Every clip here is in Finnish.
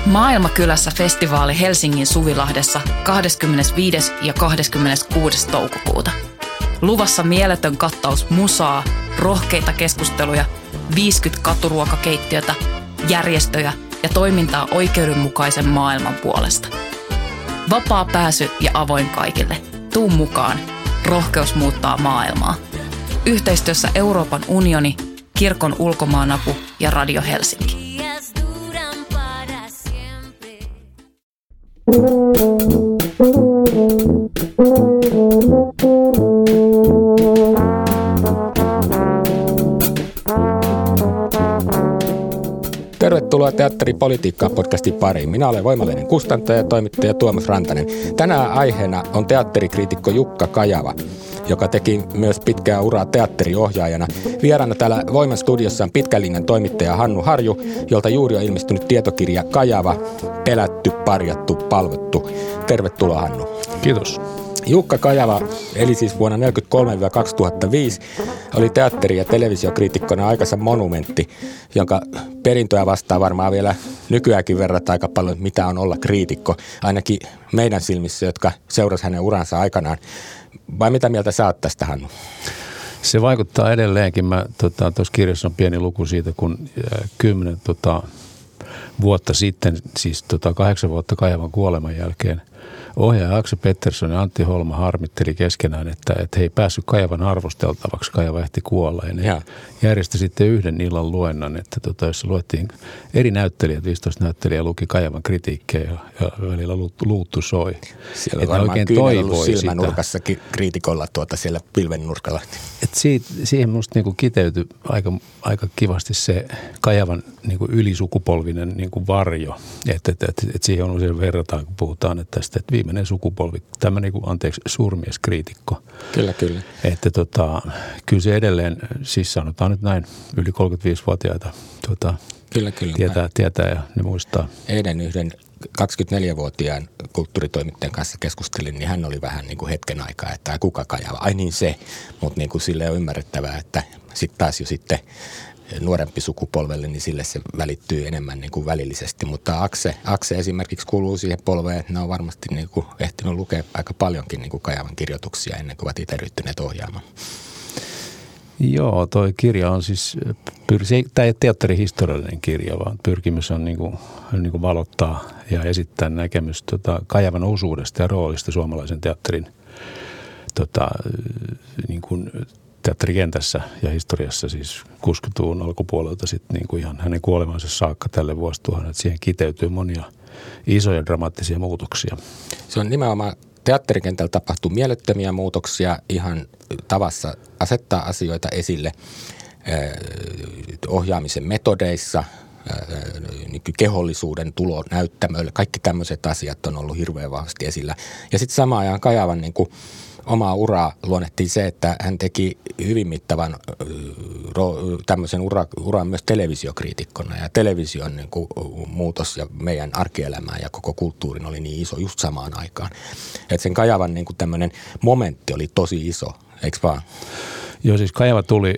Maailmakylässä festivaali Helsingin Suvilahdessa 25. ja 26. toukokuuta. Luvassa mieletön kattaus musaa, rohkeita keskusteluja, 50 katuruokakeittiötä, järjestöjä ja toimintaa oikeudenmukaisen maailman puolesta. Vapaa pääsy ja avoin kaikille. Tuu mukaan. Rohkeus muuttaa maailmaa. Yhteistyössä Euroopan unioni, Kirkon ulkomaanapu ja Radio Helsinki. Tervetuloa Teatteripolitiikkaa podcastin pariin. Minä olen voimallinen kustantaja ja toimittaja Tuomas Rantanen. Tänään aiheena on teatterikriitikko Jukka Kajava, joka teki myös pitkää uraa teatteriohjaajana. Vieraana täällä Voiman studiossa on pitkän linjan toimittaja Hannu Harju, jolta juuri on ilmestynyt tietokirja Kajava, pelätty, parjattu, palvottu. Tervetuloa Hannu. Kiitos. Jukka Kajava eli siis vuonna 1943–2005, oli teatteri- ja televisiokriitikkona aikansa monumentti, jonka perintöä vastaa varmaan vielä nykyäänkin verrataan aika paljon, mitä on olla kriitikko, ainakin meidän silmissä, jotka seurasi hänen uransa aikanaan. Vai mitä mieltä sä oot tästä, Hannu? Se vaikuttaa edelleenkin. Tuossa kirjassa on pieni luku siitä, kun 10 vuotta sitten, siis 8 vuotta Kajavan kuoleman jälkeen, ohjaaja Aksel Pettersson ja Antti Holma harmitteli keskenään, että he ei päässyt Kajavan arvosteltavaksi. Kajava ehti kuolla. Ja ne järjesti sitten yhden illan luennan, että jossa luettiin eri näyttelijät, 15 näyttelijää luki Kajavan kritiikkejä ja välillä luuttu soi. Siellä varmaan oikein toivoi silmänurkassa kriitikolla siellä pilven nurkalla. Siihen musta niinku kiteytyi aika kivasti se Kajavan niinku ylisukupolvinen niinku varjo. Että siihen on usein verrataan, kun puhutaan, että viimeinen sukupolvi, tämä surmieskriitikko. Kyllä. Että kyllä se edelleen, siis sanotaan nyt näin, yli 35-vuotiaita kyllä. Tietää ja ne muistaa. Eilen yhden 24-vuotiaan kulttuuritoimittajan kanssa keskustelin, niin hän oli vähän niin kuin hetken aikaa, että kuka Kajava, ai niin se, mutta niin kuin sille on ymmärrettävää, että sitten taas jo sitten nuorempi sukupolvelle, niin sille se välittyy enemmän niin kuin välillisesti, mutta Akse esimerkiksi kuuluu siihen polveen, että ne on varmasti niin kuin ehtinyt lukea aika paljonkin niin kuin Kajavan kirjoituksia ennen kuin ovat itse ryhtyneet ohjaamaan. Joo, toi kirja on siis, tämä ei teatterihistoriallinen kirja, vaan pyrkimys on niin kuin valottaa ja esittää näkemys Kajavan osuudesta ja roolista suomalaisen teatterin niin kuin teatterikentässä ja historiassa siis 60-luvun alkupuolelta sitten niin kuin ihan hänen kuolemansa saakka tälle vuosituhannelle. Siihen kiteytyy monia isoja dramaattisia muutoksia. Se on nimenomaan teatterikentällä tapahtuu mielettömiä muutoksia ihan tavassa asettaa asioita esille ohjaamisen metodeissa, kehollisuuden tulo näyttämöille. Kaikki tämmöiset asiat on ollut hirveän vahvasti esillä. Ja sitten samaan ajan Kajavan niin kuin omaa uraa luonnettiin se, että hän teki hyvin mittavan tämmöisen uran myös televisiokriitikkona. Ja television niin kuin muutos ja meidän arkielämään ja koko kulttuurin oli niin iso just samaan aikaan. Että sen Kajavan niin kuin tämmöinen momentti oli tosi iso, eikö vaan? Joo, siis Kajava tuli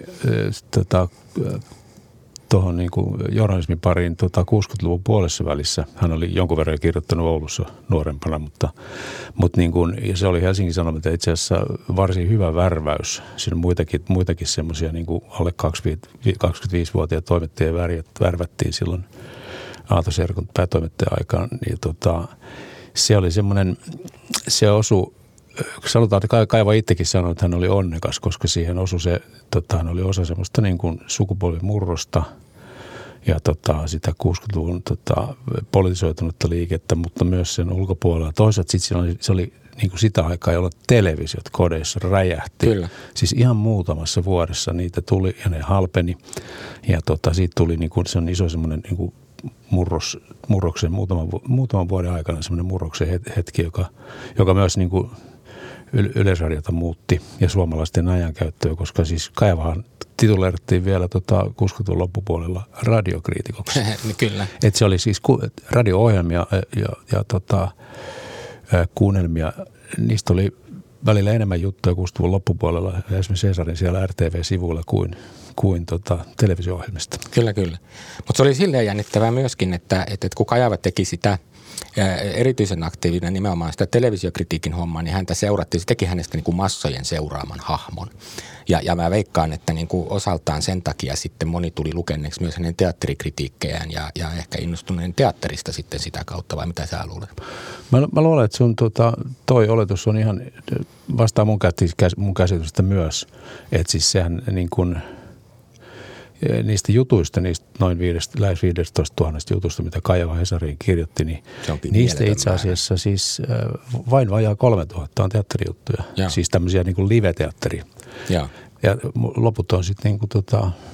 tuohon niin kuin journalismin pariin 60-luvun puolessa välissä. Hän oli jonkun verran kirjoittanut Oulussa nuorempana, mutta niin kuin, ja se oli Helsingin Sanomat itse asiassa varsin hyvä värväys. Siinä muitakin semmoisia niin kuin alle 25-vuotiaita toimittajia värvättiin silloin Aato Serkun päätoimittajan aikaan. Niin se oli semmoinen, se osui, sanotaan, että Kajava itsekin sanoi, että hän oli onnekas, koska siihen osui se, hän oli osa semmoista niin kuin sukupolvimurrosta ja sitä 60-luvun politisoitunutta liikettä, mutta myös sen ulkopuolella. Toisaalta sitten se oli niin kuin sitä aikaa, jolloin televisiot kodeissa räjähti. Kyllä. Siis ihan muutamassa vuodessa niitä tuli ja ne halpeni ja siitä tuli niin kuin, se on iso semmoinen niin kuin murroksen muutaman vuoden aikana semmoinen murroksen hetki, joka myös niin kuin Yleisradiota muutti ja suomalaisten ajankäyttöä, koska siis Kajavahan tituleerattiin vielä 60-luvun loppupuolella radiokriitikoksi. Kyllä. Että se oli siis radio-ohjelmia ja kuunnelmia, niistä oli välillä enemmän juttuja 60-luvun loppupuolella esimerkiksi Hesarin siellä RTV-sivuilla kuin televisio-ohjelmista. Kyllä. Mutta se oli silleen jännittävää myöskin, että kun Kajava teki sitä erityisen aktiivinen nimenomaan sitä televisiokritiikin hommaa, niin häntä seurattiin. Se teki hänestä niin kuin massojen seuraaman hahmon. Ja mä veikkaan, että niin kuin osaltaan sen takia sitten moni tuli lukenneeksi myös hänen teatterikritiikkejään ja ehkä innostuneen teatterista sitten sitä kautta, vai mitä sä luulet? Mä luulen, että sun toi oletus on ihan vastaa mun käsitystä myös, että siis sehän niin kuin niistä jutuista, niistä noin lähes 15 000 jutusta, mitä Kajava Hesariin kirjoitti, niin niistä itse asiassa siis vain vajaa 3 000 on teatterijuttuja. Ja. Siis tämmöisiä niin kuin live-teatteria. Ja loput on sitten niin kuin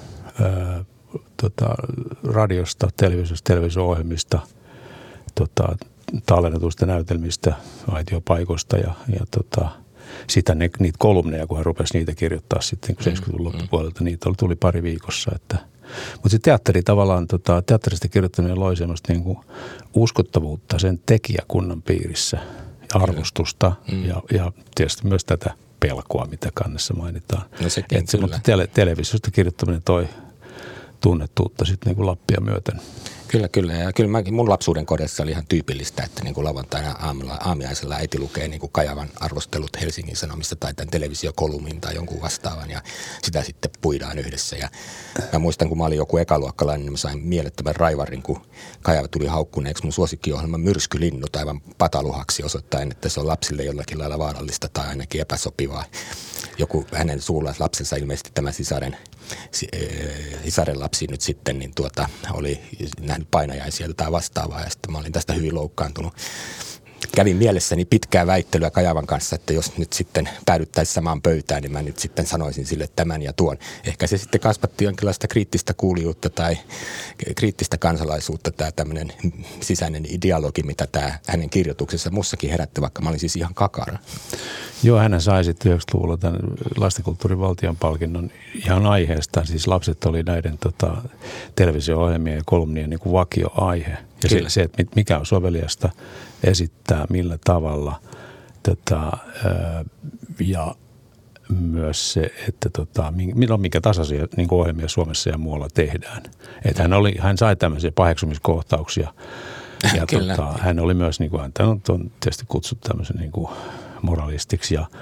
radiosta, televisio-ohjelmista, tallennetuista näytelmistä, aitiopaikoista ja sitä niitä kolumneja, kun hän rupesi niitä kirjoittaa sitten 70-luvun loppupuolelta, niitä tuli pari viikossa. Mutta se teatteri tavallaan, teatterista kirjoittaminen loi semmoista niinku uskottavuutta sen tekijäkunnan piirissä ja arvostusta ja tietysti myös tätä pelkoa, mitä kannessa mainitaan. No sekin, mutta televisiosta kirjoittaminen toi tunnettuutta sitten niinku Lappia myöten. Kyllä. Ja kyllä mun lapsuuden kodissa oli ihan tyypillistä, että niin kuin lauantaina aamiaisella äiti lukee niin kuin Kajavan arvostelut Helsingin Sanomista tai tämän televisiokolumnin tai jonkun vastaavan ja sitä sitten puidaan yhdessä. Ja mä muistan, kun mä olin joku ekaluokkalainen, niin mä sain mielettömän raivarin, kun Kajava tuli haukkuneeksi mun suosikkiohjelma Myrskylinnut aivan pataluhaksi osoittaen, että se on lapsille jollakin lailla vaarallista tai ainakin epäsopivaa. Joku hänen suulla lapsensa ilmeisesti tämä sisaren lapsi nyt sitten niin oli nähnyt painajaisia tai vastaavaa ja sitten mä olin tästä hyvin loukkaantunut. Kävin mielessäni pitkää väittelyä Kajavan kanssa, että jos nyt sitten päädyttäisiin samaan pöytään, niin mä nyt sitten sanoisin sille tämän ja tuon. Ehkä se sitten kasvatti jonkinlaista kriittistä kuulijuutta tai kriittistä kansalaisuutta, tämä tämmöinen sisäinen dialogi, mitä tämä hänen kirjoituksessa mussakin herätti, vaikka mä olin siis ihan kakara. Joo, hän sai sitten 90-luvulla tämän lastenkulttuurin valtionpalkinnon ihan aiheestaan. Siis lapset oli näiden televisio-ohjelmien ja kolumnien niin kuin vakioaihe. Ja se, että mikä on soveliasta esittää, millä tavalla ja myös se, että mikä tasaisia niin kuin ohjelmia Suomessa ja muualla tehdään. Että hän sai tämmöisiä paheksumiskohtauksia ja hän oli myös, niin kuin, häntä on tietysti kutsuttu tämmöisen niin kuin moralistiksi ja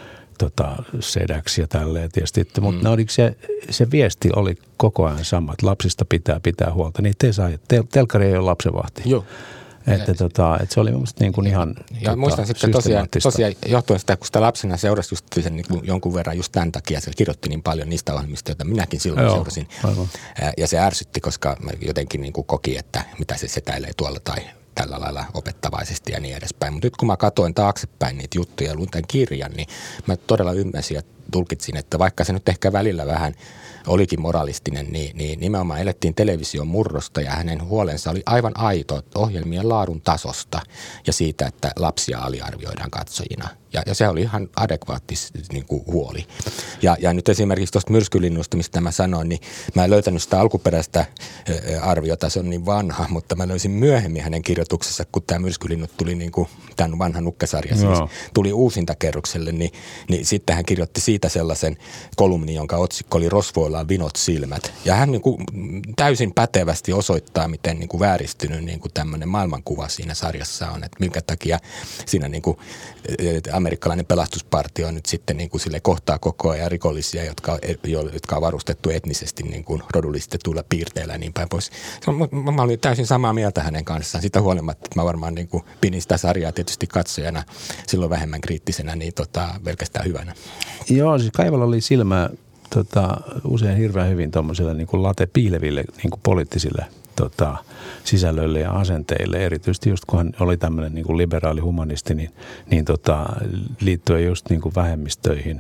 sedäksi ja tälleen tietysti. Mutta se viesti oli koko ajan sama, että lapsista pitää huolta. Niitä ei saa, telkkari ei ole lapsenvahti. Joo. Että se oli mielestäni niin kuin ihan ja muistan sitten tosiaan johtuen sitä, kun sitä lapsena seurasi just sen niin jonkun verran just tämän takia, se kirjoitti niin paljon niistä ohjelmista, joita minäkin silloin seurasin. Aivan. Ja se ärsytti, koska jotenkin niin kuin koki, että mitä se setäilee tuolla tai tällä lailla opettavaisesti ja niin edespäin. Mutta nyt kun mä katsoin taaksepäin niitä juttuja ja luin tämän kirjan, niin mä todella ymmärsin ja tulkitsin, että vaikka se nyt ehkä välillä vähän olikin moralistinen, niin nimenomaan elettiin television murrosta ja hänen huolensa oli aivan aito ohjelmien laadun tasosta ja siitä, että lapsia aliarvioidaan katsojina. Ja se oli ihan adekvaatti niin kuin huoli. Ja nyt esimerkiksi tuosta Myrskylinnusta, mistä mä sanoin, niin mä en löytänyt sitä alkuperäistä arviota, se on niin vanha, mutta mä löysin myöhemmin hänen kirjoituksessa, kun tämä Myrskylinnut tuli niin kuin tämän vanhan nukkesarja siis, tuli uusintakerrokselle, niin sitten hän kirjoitti siitä sellaisen kolumnin, jonka otsikko oli Rosvoillaan vinot silmät. Ja hän niin kuin täysin pätevästi osoittaa, miten niin kuin vääristynyt niin kuin tämmöinen maailmankuva siinä sarjassa on, että minkä takia siinä niin kuin amerikkalainen pelastuspartio on nyt sitten niin kuin sille kohtaa koko ajan rikollisia, jotka on varustettu etnisesti niin kuin rodullistetuilla piirteillä ja niin päin pois. Mä olin täysin samaa mieltä hänen kanssaan. Sitä huolimatta, että mä varmaan niin kuin pidin sitä sarjaa tietysti katsojana silloin vähemmän kriittisenä, niin pelkästään hyvänä. Joo, siis Kajavalla oli silmää usein hirveän hyvin tuommoiselle niin kuin piileville niin kuin poliittisille sisällöille ja asenteille, erityisesti just kun hän oli tämmöinen niin kuin liberaali humanisti, niin liittyen just niin kuin vähemmistöihin,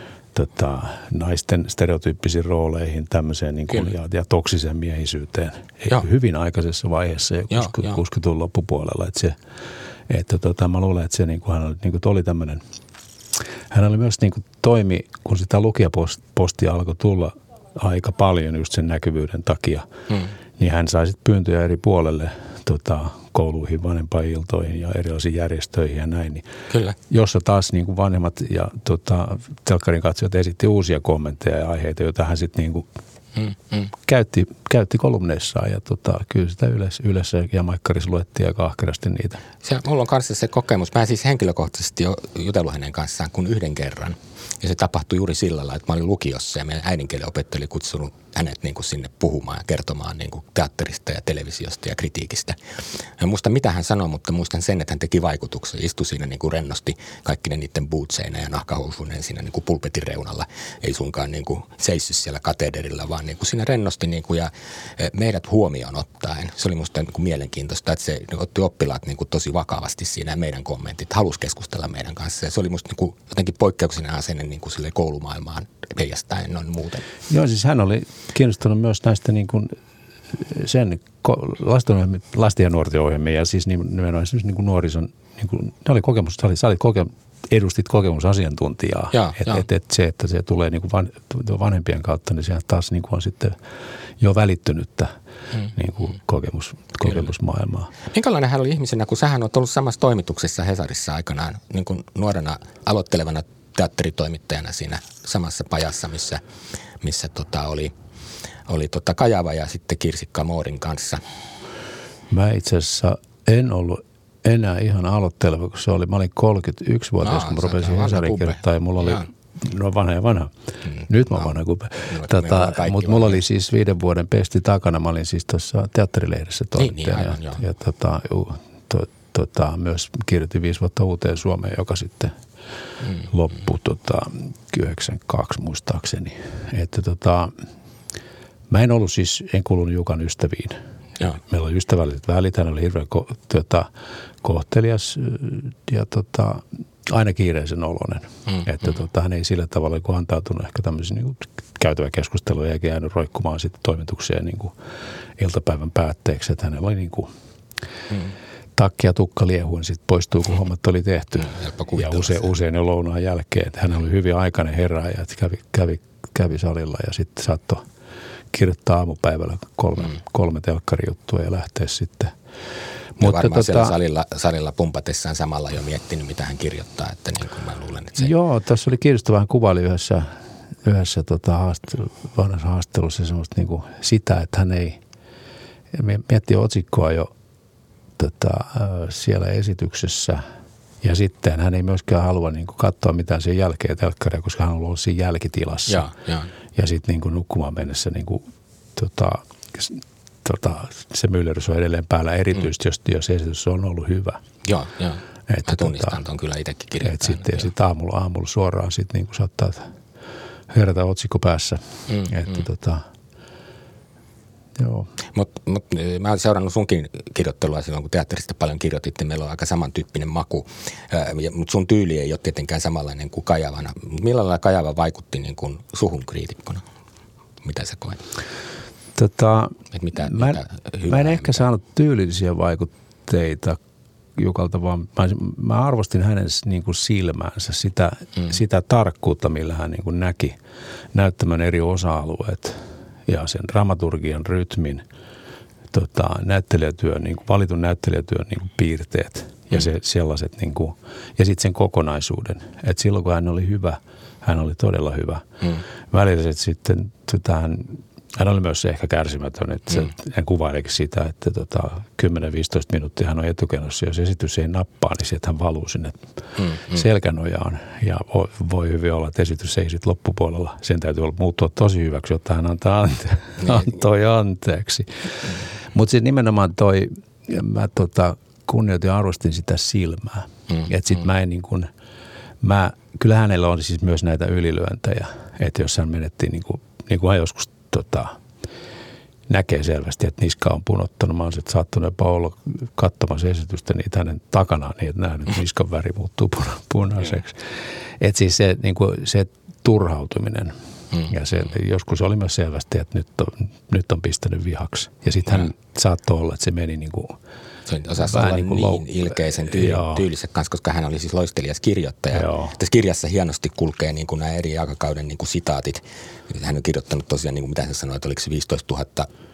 naisten stereotyyppisiin rooleihin tämmöiseen niin kuin, ja toksiseen miehisyyteen hyvin aikaisessa vaiheessa ja 60-luvun loppupuolella. Että mä luulen, että se niin kuin, hän oli tämmöinen, hän oli myös niin kuin toimi, kun sitä lukijapostia alkoi tulla aika paljon just sen näkyvyyden takia, niin hän sai sitten pyyntöjä eri puolelle kouluihin, vanhempainiltoihin ja erilaisiin järjestöihin ja näin. Niin Kyllä. jossa taas niin kuin vanhemmat ja telkkarin katsojat esitti uusia kommentteja ja aiheita, joita hän sitten niin kuin käytti kolumneissaan ja kyllä sitä Ylessä ja Maikkarissa luettiin aika ahkerasti niitä. Mulla on kanssa se kokemus. Mä siis henkilökohtaisesti jo jutellut hänen kanssaan kuin yhden kerran. Ja se tapahtui juuri sillä lailla, että mä olin lukiossa ja meidän äidinkielen opettaja oli kutsunut hänet niin kuin sinne puhumaan ja kertomaan niin kuin teatterista ja televisiosta ja kritiikistä. En muista mitä hän sanoi, mutta muistan sen, että hän teki vaikutuksen. Istui siinä niin kuin rennosti kaikkinen niiden bootseinä ja nahkahousuineen siinä niin kuin pulpetin reunalla. Ei suinkaan niin kuin seissy siellä katederilla, vaan niin kuin siinä rennosti niin kuin ja meidät huomioon ottaen. Se oli musta niin kuin mielenkiintoista, että se otti oppilaat niin kuin tosi vakavasti siinä ja meidän kommentit. Halusi keskustella meidän kanssa ja se oli musta niin kuin jotenkin poikkeuksellinen asenne niin kuin sille koulumaailmaan heijastaen noin muuten. Joo, siis hän oli kiinnostunut myös näistä niin kuin sen lasten ja nuorten ohjelmia ja siis nimenomaan niin kuin nuorison, niin kuin, ne oli kokemus, edustit kokemusasiantuntijaa. Että se tulee niin kuin vanhempien kautta, niin sehän taas niin kuin on sitten jo välittynyttä niin kuin kokemusmaailmaa. Minkälainen hän oli ihmisenä, kun sähän olet ollut samassa toimituksessa Hesarissa aikanaan niin kuin nuorena aloittelevana teatteritoimittajana siinä samassa pajassa, missä oli Kajava ja sitten Kirsikka Moorin kanssa. Mä itse asiassa en ollut enää ihan aloitteleva, kun mä olin 31-vuotias, kun mä rupesin Hesarin kirjoittaa ja mulla oli vanha. Nyt mä oon vanha kupe. Mutta mulla oli siis 5 vuoden pesti takana. Mä olin siis tuossa teatterilehdessä toimittajana ja myös kirjoitin 5 vuotta Uuteen Suomeen, joka sitten loppui 92 muistaakseni. Että mä en kuulunut Jukan ystäviin. Joo. Meillä oli ystävälliset välit, hän oli hirveän kohtelias ja aina kiireisen oloinen. Että hän ei sillä tavalla kuin antautunut ehkä tämmöisiin niin käytävä keskustelua eikä jäänyt roikkumaan sitten toimitukseen niin kuin iltapäivän päätteeksi. Että hänellä oli niin kuin takki ja tukka liehuen sitten poistuu, kun hommat oli tehty. Ja usein jo lounaan jälkeen. Että hän oli hyvin aikainen herääjä, että kävi salilla ja sitten saattoi kirjoittaa aamupäivällä 3 telkkarijuttua ja lähteä sitten. Mutta varmaan siellä salilla pumpatessaan samalla jo miettinyt, mitä hän kirjoittaa, että niin kuin mä luulen, että se... Joo, tässä oli kiinnostavaa, hän kuvaili yhdessä vanhassa haastattelussa semmoista niin kuin sitä, että hän ei mietti otsikkoa jo siellä esityksessä ja sitten hän ei myöskään halua niin kuin katsoa mitään sen jälkeen telkkaria, koska hän on ollut siinä jälkitilassa. Ja sitten niin kuin nukkumaan mennessä niin kuin, se myllerys on edelleen päällä, erityisesti jos esitys on ollut hyvä. Joo. Mä tunnistan tuon kyllä itsekin kirjoittanut. Ja sitten aamulla suoraan sitten niin kuin saattaa herätä otsikko päässä. Joo. Mutta mä oon seurannut sunkin kirjoittelua silloin, kun teatterista paljon kirjoitit, niin meillä on aika samantyyppinen maku. Mutta sun tyyli ei ole tietenkään samanlainen kuin Kajavana. Millä lailla Kajava vaikutti niin kuin suhun kriitikkona? Mitä sä koet? Mä en ehkä saanut tyylillisiä vaikutteita Jukalta, vaan mä arvostin hänen niin kuin silmäänsä, sitä tarkkuutta, millä hän niin kuin näki näyttämön eri osa-alueet ja sen dramaturgian, rytmin, näyttelijätyön, niin kuin valitun näyttelijätyön niin kuin piirteet ja sellaiset niin kuin, ja sitten sen kokonaisuuden. Että silloin kun hän oli hyvä, hän oli todella hyvä. Välillä sitten hän oli myös ehkä kärsimätön, että hän kuvailikin sitä, että 10-15 minuuttia hän on etukenossa, jos esitys ei nappaa, niin sieltä hän valuu sinne selkänojaan. Ja voi hyvin olla, että esitys ei sitten loppupuolella, sen täytyy muuttua tosi hyväksi, jotta hän antoi anteeksi. Mutta sitten nimenomaan mä kunnioitin ja arvostin sitä silmää. Että sitten mä en niin kuin, kyllä hänellä on siis myös näitä ylilyöntejä, että jos hän menettiin niin kuin hän joskus näkee selvästi, että niska on punottanut. Mä oon sitten saattanut jopa olla katsomassa esitystä niitä hänen takanaan niin, että näen, että niskan väri muuttuu punaiseksi. Että siis se turhautuminen ja se joskus oli myös selvästi, että nyt on pistänyt vihaksi. Ja sitten hän saattoi olla, että se meni niin kuin se osasi olla niin ilkeisen tyylissä kanssa, koska hän oli siis loistelias kirjoittaja. Tässä kirjassa hienosti kulkee niin kuin nämä eri aikakauden niin kuin sitaatit. Hän on kirjoittanut tosiaan, niin kuin mitä hän sanoi, että oliko se 15 000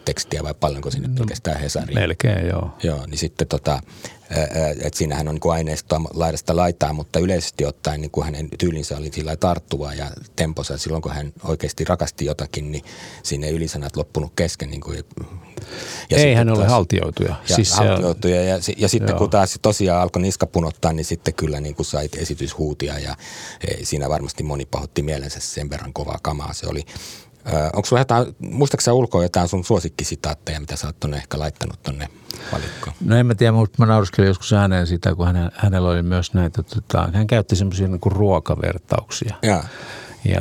tekstiä vai paljonko sinne pelkästään Hesariin? Melkein, joo. Joo, niin sitten että siinähän on niin kuin aineistoa laidasta laitaan, mutta yleisesti ottaen niin kuin hänen tyylinsä oli sillä tarttuvaa ja temposa. Silloin kun hän oikeasti rakasti jotakin, niin siinä ei ylisanat loppunut kesken. Niin kuin, ei hän ole haltioituja. Ja sitten kun taas tosiaan alkoi niska punottaa, niin sitten kyllä niin kuin sait esityshuutia ja siinä varmasti moni pahoitti mielensä, sen verran kovaa kamaa se oli. Onko sulla muistatko sä ulkoa jotain sun suosikkisitaatteja, mitä sä oot tonne ehkä laittanut tonne valikkoon? No en mä tiedä, mutta mä nauruskelin joskus ääneen sitä, kun hänellä oli myös näitä, hän käytti semmoisia niin kuin ruokavertauksia. Ja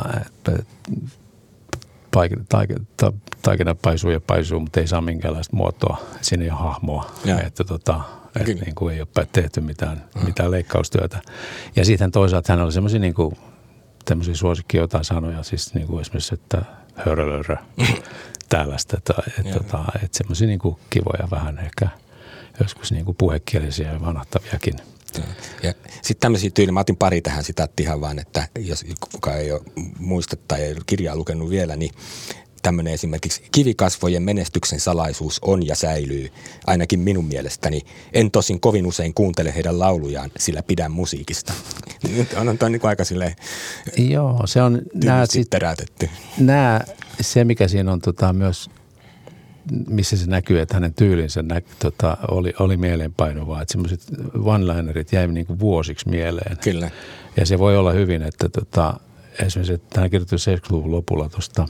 taikina paisuu, mutta ei saa minkäänlaista muotoa. Siinä ei ole hahmoa, että niin kuin ei ole tehty mitään leikkaustyötä. Ja sitten toisaalta hän oli semmoisia niin kuin tämmöisiä suosikkia jotain sanoja, siis niin kuin esimerkiksi, että hörölörö tällaista, että semmoisia niin kuin kivoja vähän ehkä joskus niin kuin puhekielisiä ja vanattaviakin. Ja sitten tämmöisiä tyyliä, mä otin pari tähän sitaattiin ihan vaan, että jos kukaan ei ole muista tai ei ole kirjaa lukenut vielä, niin tämmöinen esimerkiksi kivikasvojen menestyksen salaisuus on ja säilyy, ainakin minun mielestäni. En tosin kovin usein kuuntele heidän laulujaan, sillä pidän musiikista. On toi niin kuin aika silleen se on terätetty. Se mikä siinä on myös, missä se näkyy, että hänen tyylinsä oli mieleenpainuvaa, että semmoiset one-linerit jäi niin kuin vuosiksi mieleen. Kyllä. Ja se voi olla hyvin, että esimerkiksi, että hän kirjoitti 70-luvun lopulla tuosta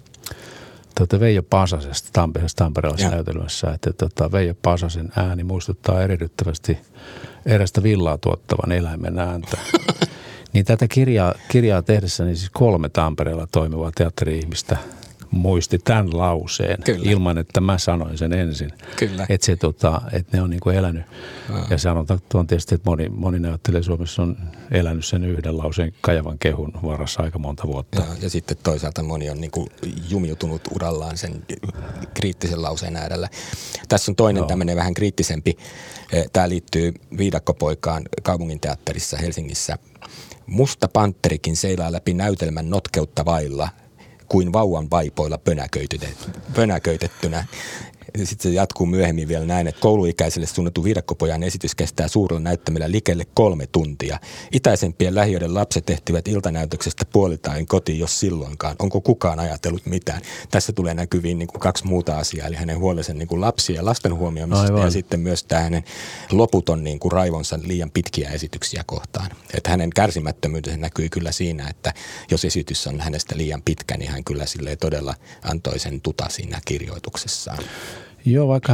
Veijo Pasasesta tamperelaisessa näytelmässä, että Veijo Pasasen ääni muistuttaa erehdyttävästi erästä villaa tuottavan eläimen ääntä. Niin tätä kirjaa tehdessä niin siis 3 Tampereella toimivaa teatteri-ihmistä muisti tämän lauseen. Kyllä. Ilman, että mä sanoin sen ensin. Kyllä. Että ne on niin kuin elänyt. Ja sanotaan tietysti, että moni näyttelijä Suomessa on elänyt sen yhden lauseen Kajavan kehun varassa aika monta vuotta. Ja sitten toisaalta moni on niin kuin jumiutunut urallaan sen kriittisen lauseen äärellä. Tässä on toinen tämmöinen vähän kriittisempi. Tämä liittyy Viidakkopoikaan kaupunginteatterissa Helsingissä. Musta pantterikin seilaa läpi näytelmän notkeutta vailla kuin vauvan vaipoilla pönäköitettynä. Sitten se jatkuu myöhemmin vielä näin, että kouluikäiselle suunnattu Viidakkopojan esitys kestää suurella näyttämällä likelle 3 tuntia. Itäisempien lähiöiden lapset ehtivät iltanäytöksestä puolitain kotiin, jos silloinkaan. Onko kukaan ajatellut mitään? Tässä tulee näkyviin niin kuin 2 muuta asiaa, eli hänen huolensa niin kuin lapsia ja lasten huomioimisesta ja sitten myös tämä hänen loputon niin kuin raivonsa liian pitkiä esityksiä kohtaan. Että hänen kärsimättömyytensä näkyy kyllä siinä, että jos esitys on hänestä liian pitkä, niin hän kyllä silleen todella antoi sen tuta siinä kirjoituksessaan. Joo, vaikka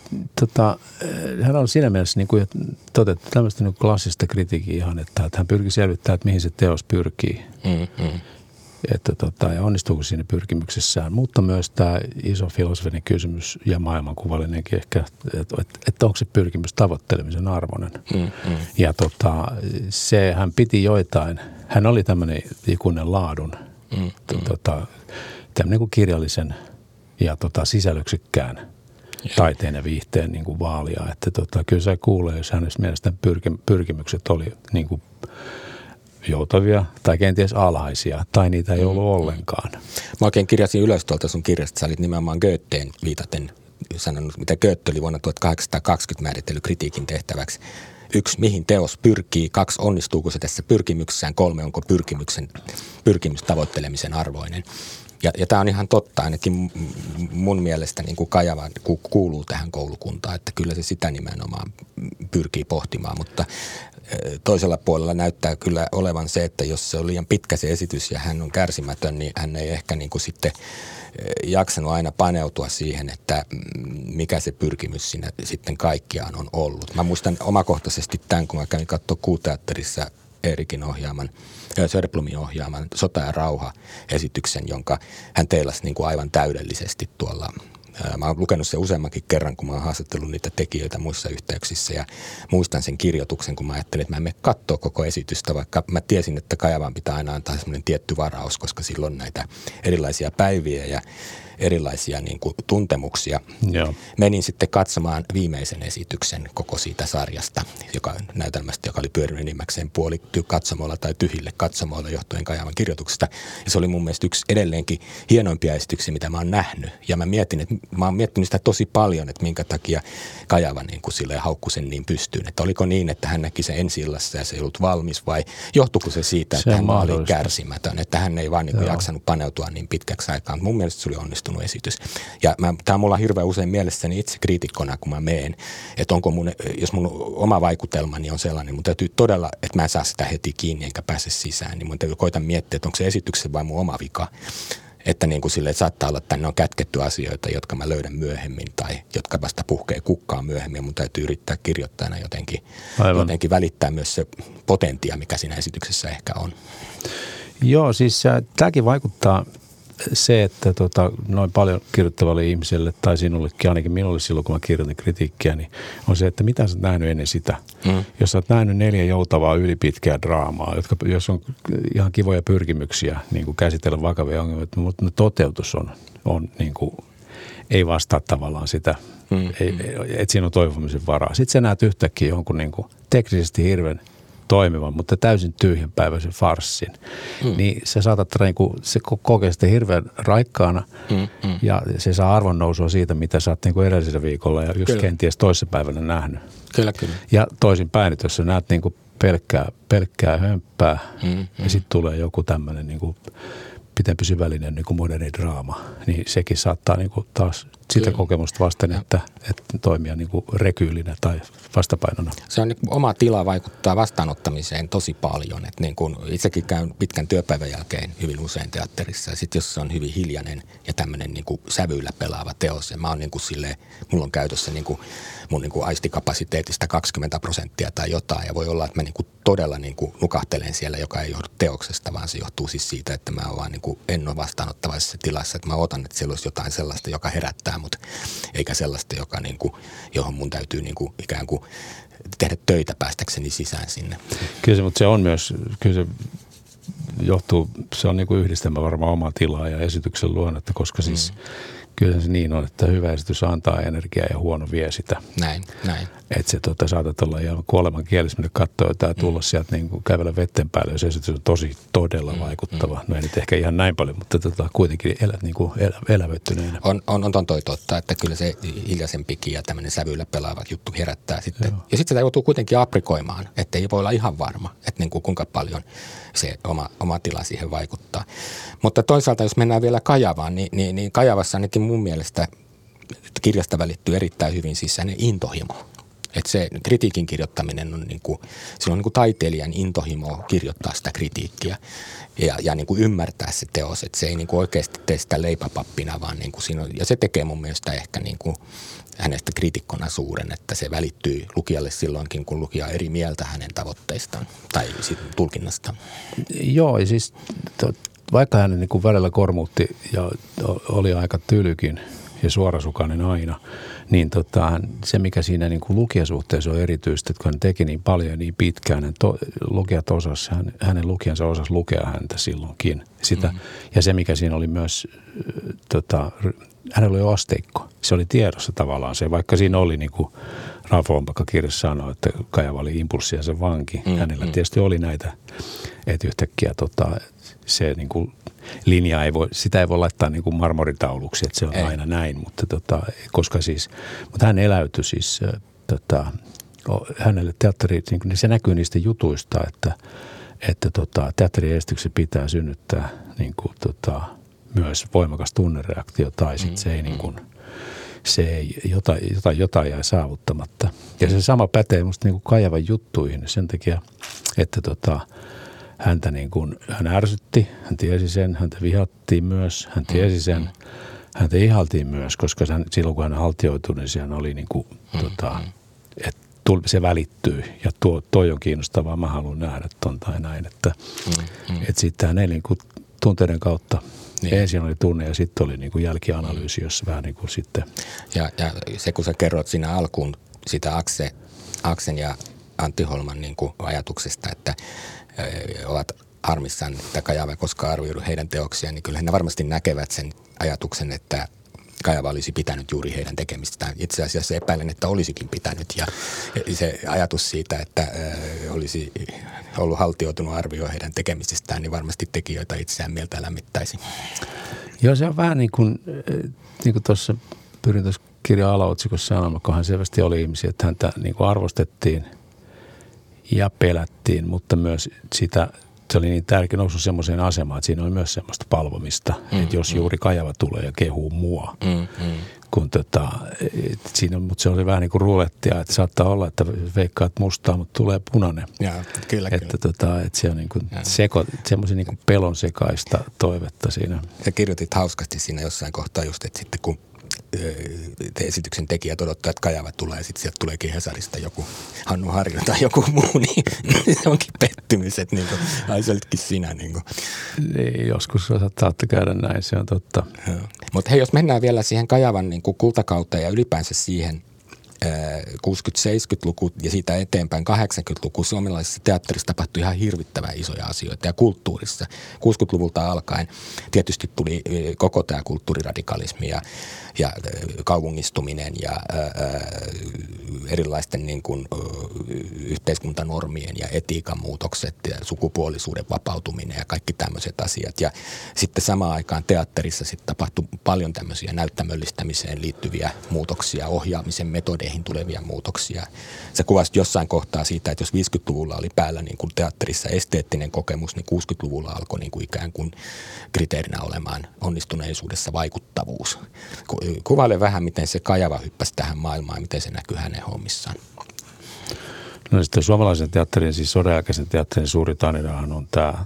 hän on siinä mielessä niin kuin todettu tämmöistä niin klassista kritiikkiä ihan, että hän pyrkii selvittämään, että mihin se teos pyrkii. Ja onnistuuko siinä pyrkimyksessään, mutta myös tämä iso filosofinen kysymys ja maailmankuvallinenkin ehkä, että onko se pyrkimys tavoittelemisen arvoinen. Ja hän piti joitain, hän oli tämmöinen ikuinen laadun, tämmöinen kuin kirjallisen ja sisällöksikkään taiteen ja viihteen niin kuin vaalia. Että kyllä se kuulee, jos hänestä mielestäni pyrkimykset oli niin kuin joutavia tai kenties alhaisia tai niitä ei ollut ollenkaan. Mä oikein kirjasin ylös tuolta sun kirjasta. Sä olit nimenomaan Goethen viitaten sanonut, mitä Goethe oli vuonna 1820 määritellyt kritiikin tehtäväksi. 1. Mihin teos pyrkii? 2. Onnistuuko se tässä pyrkimyksessään? 3. Onko pyrkimys tavoittelemisen arvoinen? Ja tämä on ihan totta, ainakin mun mielestä niin kuin Kajava kuuluu tähän koulukuntaan, että kyllä se sitä nimenomaan pyrkii pohtimaan, mutta toisella puolella näyttää kyllä olevan se, että jos se on liian pitkä se esitys ja hän on kärsimätön, niin hän ei ehkä niin kuin sitten jaksanut aina paneutua siihen, että mikä se pyrkimys siinä sitten kaikkiaan on ollut. Mä muistan omakohtaisesti tämän, kun mä kävin katsoa Kuuteatterissa Eerikin ohjaaman, Söderblomin ohjaaman Sota ja rauha-esityksen, jonka hän teilasi niin kuin aivan täydellisesti tuolla. Mä oon lukenut sen useammankin kerran, kun mä oon haastattellut niitä tekijöitä muissa yhteyksissä ja muistan sen kirjoituksen, kun mä ajattelin, että mä en mene katsoa koko esitystä, vaikka mä tiesin, että Kajavan pitää aina antaa semmoinen tietty varaus, koska silloin näitä erilaisia päiviä ja erilaisia niin kuin tuntemuksia. Joo. Menin sitten katsomaan viimeisen esityksen koko siitä sarjasta, näytelmästä, joka oli pyörinyt enimmäkseen puoli katsomoilla tai tyhjille katsomoilla johtuen Kajavan kirjoituksesta. Ja se oli mun mielestä yksi edelleenkin hienoimpia esityksiä, mitä mä oon nähnyt. Ja mä oon miettinyt sitä tosi paljon, että minkä takia Kajava niin kuin silleen haukkui sen niin pystyyn. Että oliko niin, että hän näki sen ensi-illassa ja se ei ollut valmis vai johtuiko se siitä, että hän oli kärsimätön, että hän ei vaan niin kuin jaksanut paneutua niin pitkäksi aikaan. Mun mielestä se oli onnistunut esitys. Ja tämä on mulla hirveän usein mielessäni itse kriitikkona, kun mä meen, että jos mun oma vaikutelmani on sellainen, mun täytyy todella, että mä en saa sitä heti kiinni enkä pääse sisään, niin mun täytyy koita miettiä, että onko se esityksen vai mun oma vika. Että niin kuin silleen, että saattaa olla, että tänne on kätketty asioita, jotka mä löydän myöhemmin tai jotka vasta puhkee kukkaan myöhemmin. Mun täytyy yrittää kirjoittajana jotenkin välittää myös se potentia, mikä siinä esityksessä ehkä on. Joo, siis tämäkin vaikuttaa se, että noin paljon kirjoittavalle ihmiselle tai sinullekin, ainakin minulle silloin, kun mä kirjoitin kritiikkiä, niin on se, että mitä sä oot nähnyt ennen sitä. Jos sä oot nähnyt 4 joutavaa ylipitkää draamaa, jos on ihan kivoja pyrkimyksiä niin kuin käsitellä vakavia ongelmia, mutta toteutus on niin kuin, ei vastaa tavallaan sitä, että siinä on toivomisen varaa. Sitten sä näet yhtäkkiä jonkun niin kuin teknisesti hirveän toimivan, mutta täysin tyhjänpäiväisen farssin. Niin sä saatat se kokee sitä hirveän raikkaana ja se saa arvonnousua siitä, mitä sä oot niin kuin edellisellä viikolla ja just kenties toissapäivänä nähnyt. Kyllä. Ja toisinpäin, että jos sä näet niin kuin pelkkää hömppää ja sitten tulee joku tämmöinen niin kuin pitempi syvällinen niin kuin moderni draama, niin sekin saattaa niin kuin taas sitä kokemusta vasten, että toimia niin kuin rekyylinä tai vastapainona. Se on niin kuin oma tila vaikuttaa vastaanottamiseen tosi paljon. Että niin kuin itsekin käyn pitkän työpäivän jälkeen hyvin usein teatterissa. Ja sitten jos se on hyvin hiljainen ja tämmöinen niin kuin sävyillä pelaava teos. Ja mä oon niin kuin silleen, mulla on käytössä niin kuin mun niin kuin aistikapasiteetista 20% tai jotain. Ja voi olla, että mä niin kuin todella niin kuin nukahtelen siellä, joka ei johdu teoksesta, vaan se johtuu siis siitä, että mä oon vaan niin kuin en ole vastaanottavaisessa tilassa. Että mä otan, että siellä olisi jotain sellaista, joka herättää mut, eikä sellaista, joka niin kuin, johon mun täytyy niin kuin ikään kuin tehdä töitä päästäkseni sisään sinne. Kyllä se, mutta se on myös, kyllä se johtuu, se on niin kuin yhdistelmä varmaan omaa tilaa ja esityksen luonnetta, koska siis kyllä se niin on, että hyvä esitys antaa energiaa ja huono vie sitä. Näin. Että se saatat olla ihan kuoleman kielessä, mitä katsoo jotain tulla sieltä niin kuin kävellä vetten päälle, jos esitys on todella vaikuttava. No ei nyt ehkä ihan näin paljon, mutta kuitenkin elävöittyneenä. On toi totta, että kyllä se hiljaisempikin ja tämmöinen sävyillä pelaava juttu herättää sitten. Joo. Ja sitten sitä joutuu kuitenkin aprikoimaan, että ei voi olla ihan varma, että niin kuin kuinka paljon se oma tila siihen vaikuttaa. Mutta toisaalta, jos mennään vielä Kajavaan, niin Kajavassa ainakin mun mielestä kirjasta välittyy erittäin hyvin sisäinen intohimo. Että se kritiikin kirjoittaminen on niin kuin, sillä on niin kuin taiteilijan intohimo kirjoittaa sitä kritiikkiä ja niin kuin ymmärtää se teos. Että se ei niin kuin oikeasti tee sitä leipäpappina, vaan niin kuin siinä on, ja se tekee mun mielestä ehkä niin kuin hänestä kriitikkona suuren, että se välittyy lukijalle silloinkin, kun lukija on eri mieltä hänen tavoitteistaan tai tulkinnastaan. Joo, ja siis vaikka hän niin kuin välillä kormuutti ja oli aika tylykin ja suorasukainen aina, niin se, mikä siinä niin kuin lukijasuhteessa on erityistä, että kun hän teki niin paljon ja niin pitkään, hänen lukijansa osasi lukea häntä silloinkin. Ja se, mikä siinä oli myös, hänellä oli asteikko. Se oli tiedossa tavallaan se, vaikka siinä oli niin kuin Ralph Ompakka kirjassa sanoi, että Kajava oli impulssiansa vanki. Hänellä tietysti oli näitä, että yhtäkkiä se niin kuin linjaa sitä ei voi laittaa niin kuin marmoritauluksi, että se on aina näin, mutta mutta hän eläytyi siis, hänelle teatteri, niin se näkyy niistä jutuista, että teatteriesityksessä pitää synnyttää niin kuin, myös voimakas tunnereaktio tai sitten se ei niin kuin, jotain jää saavuttamatta. Ja se sama pätee musta niin kuin Kajavan juttuihin sen takia, että häntä niin kuin, hän ärsytti, hän tiesi sen, häntä vihattiin myös, hän tiesi sen, häntä ihaltiin myös, koska silloin kun hän haltioitui, niin sehän oli niin kuin, että se välittyy ja toi on kiinnostavaa, mä haluan nähdä ton tai näin, että sitten hän ei niin kuin tunteiden kautta, ensin oli tunne ja sitten oli niin kuin jälkianalyysi, jossa vähän niin kuin sitten. Ja se kun sä kerrot siinä alkuun sitä Aksen ja Antti Holman niin kuin ajatuksesta, että ovat harmissaan, että Kajava ei koskaan arvioidu heidän teoksiaan, niin kyllä he varmasti näkevät sen ajatuksen, että Kajava olisi pitänyt juuri heidän tekemistään. Itse asiassa epäilen, että olisikin pitänyt. Ja se ajatus siitä, että olisi ollut haltioitunut arvioida heidän tekemisistään, niin varmasti tekijöitä itseään mieltä lämmittäisi. Joo, se on vähän niin kuin tuossa pyrin tuossa kirjan alaotsikossa sanomaan, kun hän selvästi oli ihmisiä, että häntä niin kuin arvostettiin ja pelättiin, mutta myös sitä, se oli niin tärkeä nousu semmoiseen asemaan, että siinä oli myös semmoista palvomista, että jos juuri Kajava tulee ja kehuu mua, kun siinä, mutta se oli vähän niin kuin rulettia, että saattaa olla, että veikkaat mustaa, mutta tulee punainen. Ja, kyllä. Että se on niin kuin semmoisen niin kuin pelon sekaista toivetta siinä. Sä kirjoitit hauskasti siinä jossain kohtaa just, että sitten kun esityksen tekijät odottaa, että Kajava tulee ja sitten sieltä tuleekin Hesarista joku Hannu Harju tai joku muu, niin se onkin pettymys, että niin kuin, ai se olitkin sinä. Niin joskus saattaa käydä näin, se on totta. Mutta hei, jos mennään vielä siihen Kajavan niin kuin kultakauteen ja ylipäänsä siihen 60-70-luku ja siitä eteenpäin 80-luku suomalaisessa teatterissa tapahtui ihan hirvittävän isoja asioita ja kulttuurissa. 60-luvulta alkaen tietysti tuli koko tämä kulttuuriradikalismi ja kaupungistuminen ja erilaisten niin kuin yhteiskuntanormien ja etiikan muutokset ja sukupuolisuuden vapautuminen ja kaikki tämmöiset asiat. Ja sitten samaan aikaan teatterissa sitten tapahtui paljon tämmöisiä näyttämöllistämiseen liittyviä muutoksia, ohjaamisen metodeihin tulevia muutoksia. Sä kuvasit jossain kohtaa siitä, että jos 50-luvulla oli päällä niin kuin teatterissa esteettinen kokemus, niin 60-luvulla alkoi niin kuin ikään kuin kriteerinä olemaan onnistuneisuudessa vaikuttavuus. Kuvaile vähän, miten se Kajava hyppäsi tähän maailmaan ja miten se näkyy hänen hommissaan. No sitten suomalaisen teatterin, siis sodan-aikaisen teatterin suuri tarinahan on tämä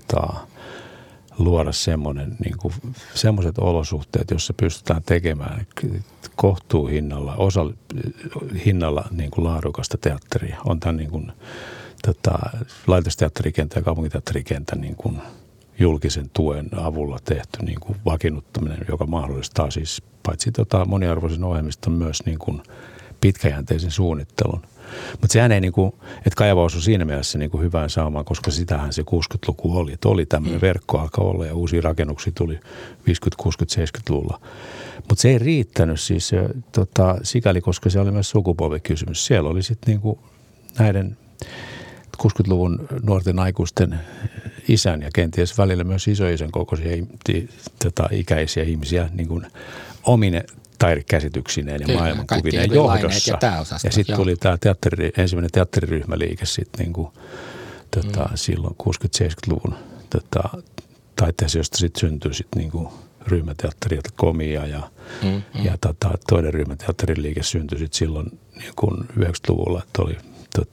luoda semmoiset olosuhteet, jossa pystytään tekemään kohtuuhinnalla, hinnalla niin kuin laadukasta teatteria. On tämän niin kuin, laitosteatterikentän ja kaupunkiteatterikentän niin kuin julkisen tuen avulla tehty niin kuin vakiinnuttaminen, joka mahdollistaa siis paitsi moniarvoisen ohjelmiston myös niin kuin pitkäjänteisen suunnittelun. Mutta sehän ei niinku, että Kajava osui siinä mielessä niinku hyvään saamaan, koska sitähän se 60-luku oli. Että oli tämmöinen verkko alkaa olla ja uusia rakennuksia tuli 50-, 60-, 70-luvulla. Mutta se ei riittänyt siis sikäli, koska se oli myös sukupolvikysymys. Siellä oli sitten niinku näiden 60-luvun nuorten aikuisten isän ja kenties välillä myös isoisän kokoisia ikäisiä ihmisiä niinku omine taidekäsityksineen ja maailmankuvineen johdossa. Ja sitten tuli tämä ensimmäinen teatteriryhmäliike sitten niinku, silloin 60-70-luvun taiteessa, josta sitten syntyi sitten niinku ryhmäteatteri ja komia ja toinen ryhmäteatteriliike syntyi sitten silloin niinku 90-luvulla, että oli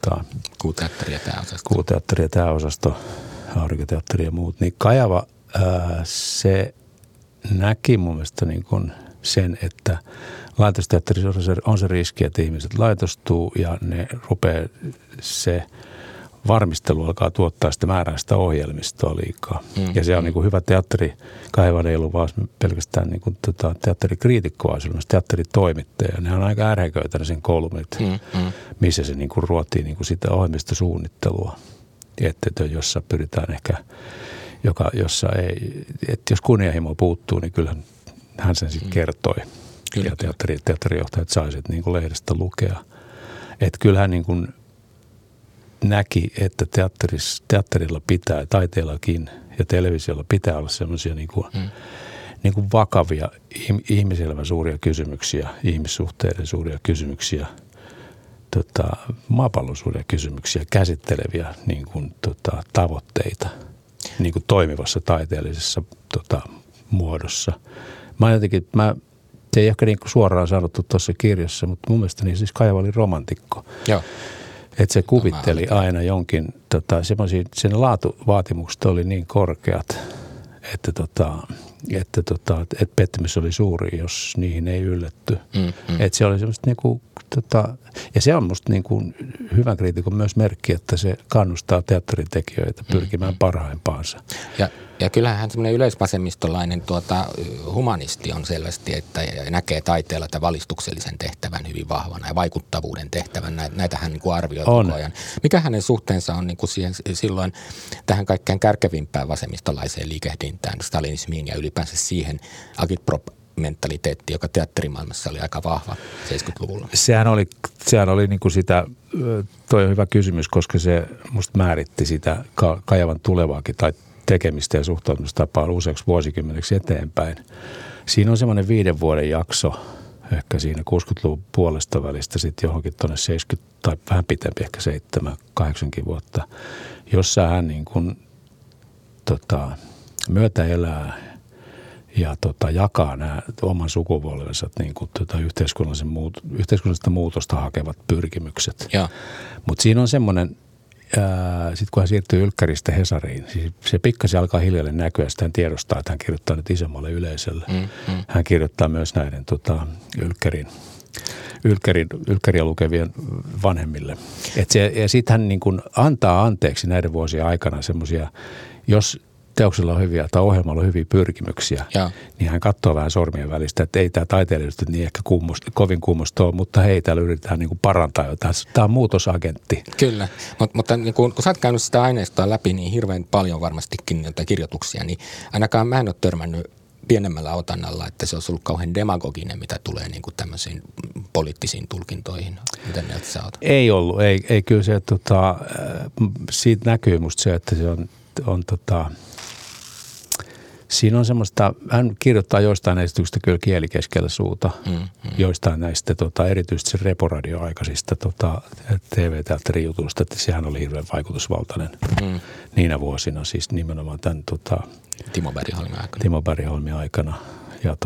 Kuuteatteri ja tämä osasto, Aurinkoteatteri ja muut. Niin Kajava se näki mun mielestä niin kuin sen, että laitosteatterissa on se riski, että ihmiset laitostuu ja ne rupeaa se varmistelu alkaa tuottaa sitä määräistä ohjelmistoa liikaa. Ja se on niin kuin hyvä teatteri. Kajava ei ollut vaan pelkästään niin kuin teatterikriitikko, vaan myös teatteritoimittaja. Ne on aika ärhäköitä sen kolumnit, missä se niin kuin ruotii niin kuin sitä ohjelmistosuunnittelua. Että jossa pyritään ehkä, jossa ei, että jos kunnianhimo puuttuu, niin kyllähän hän sen sitten kertoi. Kyllä. Ja teatterijohtajat saisit niin kuin lehdestä lukea. Että kyllähän niin kuin näki, että teatterilla pitää, taiteellakin ja televisiolla pitää olla semmoisia niin kuin vakavia ihmiselämän suuria kysymyksiä, ihmissuhteiden suuria kysymyksiä, maapallon suuria kysymyksiä käsitteleviä niin kuin, tavoitteita niin kuin toimivassa taiteellisessa muodossa. Se ei ehkä niin kuin suoraan sanottu tuossa kirjassa, mutta mun mielestä niin siis Kajava oli romantikko. Joo. Että se kuvitteli aina jonkin, sen laatuvaatimukset oli niin korkeat, että pettymys oli suuri, jos niihin ei ylletty. Että se oli semmoista niinku ja se on musta niin kuin hyvän kriitikon myös merkki, että se kannustaa teatteritekijöitä pyrkimään parhaimpaansa. Ja kyllähän hän semmoinen yleisvasemmistolainen humanisti on selvästi, että näkee taiteella tämän valistuksellisen tehtävän hyvin vahvana ja vaikuttavuuden tehtävän. Näitä hän niin kuin arvioi koko ajan. Mikä hänen suhteensa on niin kuin siihen, silloin tähän kaikkein kärkevimpään vasemmistolaiseen liikehdintään, stalinismiin ja ylipäänsä siihen agitprop-mentaliteettiin, joka teatterimaailmassa oli aika vahva 70-luvulla? Sehän oli niin kuin sitä, toi on hyvä kysymys, koska se musta määritti sitä Kajavan tulevaakin tai tekemistä ja suhtautumistapaa useaksi vuosikymmeneksi eteenpäin. Siinä on semmoinen 5 vuoden jakso, ehkä siinä 60-luvun puolesta välistä sitten johonkin tuonne 70 tai vähän pitempi, ehkä 7-8 vuotta, jossa hän niin kuin, myötä elää ja jakaa nämä oman sukupolvensa niin kuin, yhteiskunnallista muutosta hakevat pyrkimykset. Mutta siinä on semmoinen, sitten kun hän siirtyy Ylkkäristä Hesariin, siis se pikkasen alkaa hiljalleen näkyä, sitä hän tiedostaa, että hän kirjoittaa nyt isommalle yleisölle. Hän kirjoittaa myös näiden Ylkkäriä lukevien vanhemmille. Ja sitten hän niin kuin antaa anteeksi näiden vuosien aikana semmoisia, jos teoksella on hyviä tai ohjelmalla on hyviä pyrkimyksiä, niin hän katsoo vähän sormien välistä, että ei tämä taiteilijoista niin ehkä kovin kummosta ole, mutta hei, täällä yritetään niin kuin parantaa jotain. Tämä on muutosagentti. Kyllä, mutta niin kun sä oot käynyt sitä aineistoa läpi niin hirveän paljon varmastikin näitä kirjoituksia, niin ainakaan mä en ole törmännyt pienemmällä otannalla, että se olisi ollut kauhean demagoginen, mitä tulee niin kuin tämmöisiin poliittisiin tulkintoihin. Mitä mieltä sä oot? Ei ollut. Ei kyllä se, siitä näkyy musta se, että se on siinä on semmoista, hän kirjoittaa joistain esityksistä kyllä kieli keskellä suuta, joistain näistä erityisesti reporadioaikaisista TV-teatterijutuista, että sehän oli hirveän vaikutusvaltainen niinä vuosina, siis nimenomaan tämän Timo Bergholmin aikana. Ja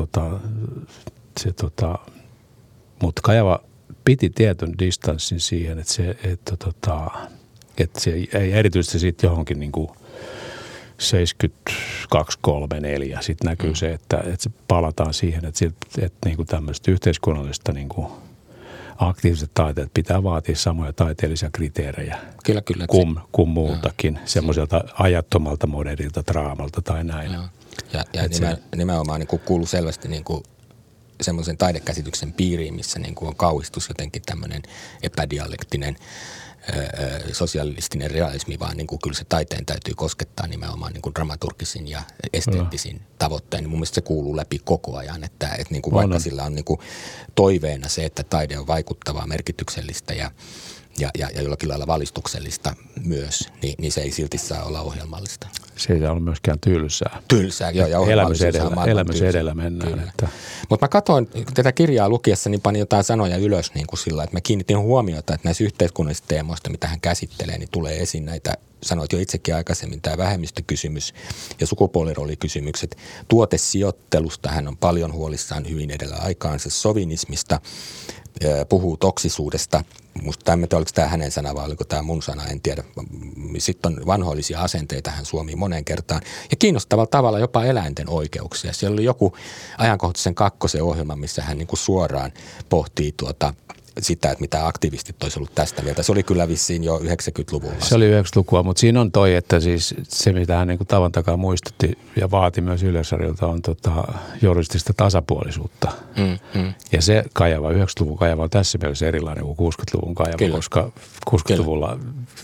mutta Kajava piti tietyn distanssin siihen, että se ei erityisesti siitä johonkin niin kuin 72, 3, 4. Sitten näkyy se, että se palataan siihen, että niin kuin tämmöistä yhteiskunnallista niin kuin aktiiviset taiteet pitää vaatia samoja taiteellisia kriteerejä kuin muutakin, semmoiselta ajattomalta modernilta draamalta tai näin. Ja nimenomaan niin kuin kuuluu selvästi niin kuin semmoisen taidekäsityksen piiriin, missä niin kuin on kauhistus jotenkin tämmöinen epädialektinen sosialistinen realismi, vaan niin kuin kyllä se taiteen täytyy koskettaa nimenomaan niin kuin dramaturgisin ja esteettisin tavoitteen. Mun mielestä se kuuluu läpi koko ajan, että niin kuin vaikka sillä on niin kuin toiveena se, että taide on vaikuttavaa, merkityksellistä ja jollakin lailla valistuksellista myös, niin se ei silti saa olla ohjelmallista. Se ei saa olla myöskään tylsää. Tylsää, joo, ja elämys edellä mennään. Mutta mä katsoin tätä kirjaa lukiessa, niin panin jotain sanoja ylös niin kuin sillä, että mä kiinnitin huomiota, että näissä yhteiskunnallisissa teemoista, mitä hän käsittelee, niin tulee esiin näitä, sanoit jo itsekin aikaisemmin, tämä vähemmistökysymys ja sukupuoliroolikysymykset. Tuotesijoittelusta hän on paljon huolissaan hyvin edellä aikaansa, sovinismista, puhuu toksisuudesta. Musta en tiedä, oliko tämä hänen sana vai oliko tämä mun sana, en tiedä. Sitten on vanhoillisia asenteita hän suomii moneen kertaan. Ja kiinnostavalla tavalla jopa eläinten oikeuksia. Siellä oli joku ajankohtaisen 2. ohjelma, missä hän niin kuin suoraan pohtii sitä, että mitä aktivistit olisi ollut tästä mieltä. Se oli kyllä vissiin jo 90-luvulla. Se oli 90-lukua, mutta siinä on toi, että siis se, mitä hän niin kuin tavan takaa muistutti ja vaati myös Yleisradiolta, on journalistista tasapuolisuutta. Ja se Kajava, 90-luvun Kajava on tässä mielessä erilainen kuin 60-luvun Kajava, kyllä. Koska 60-luvulla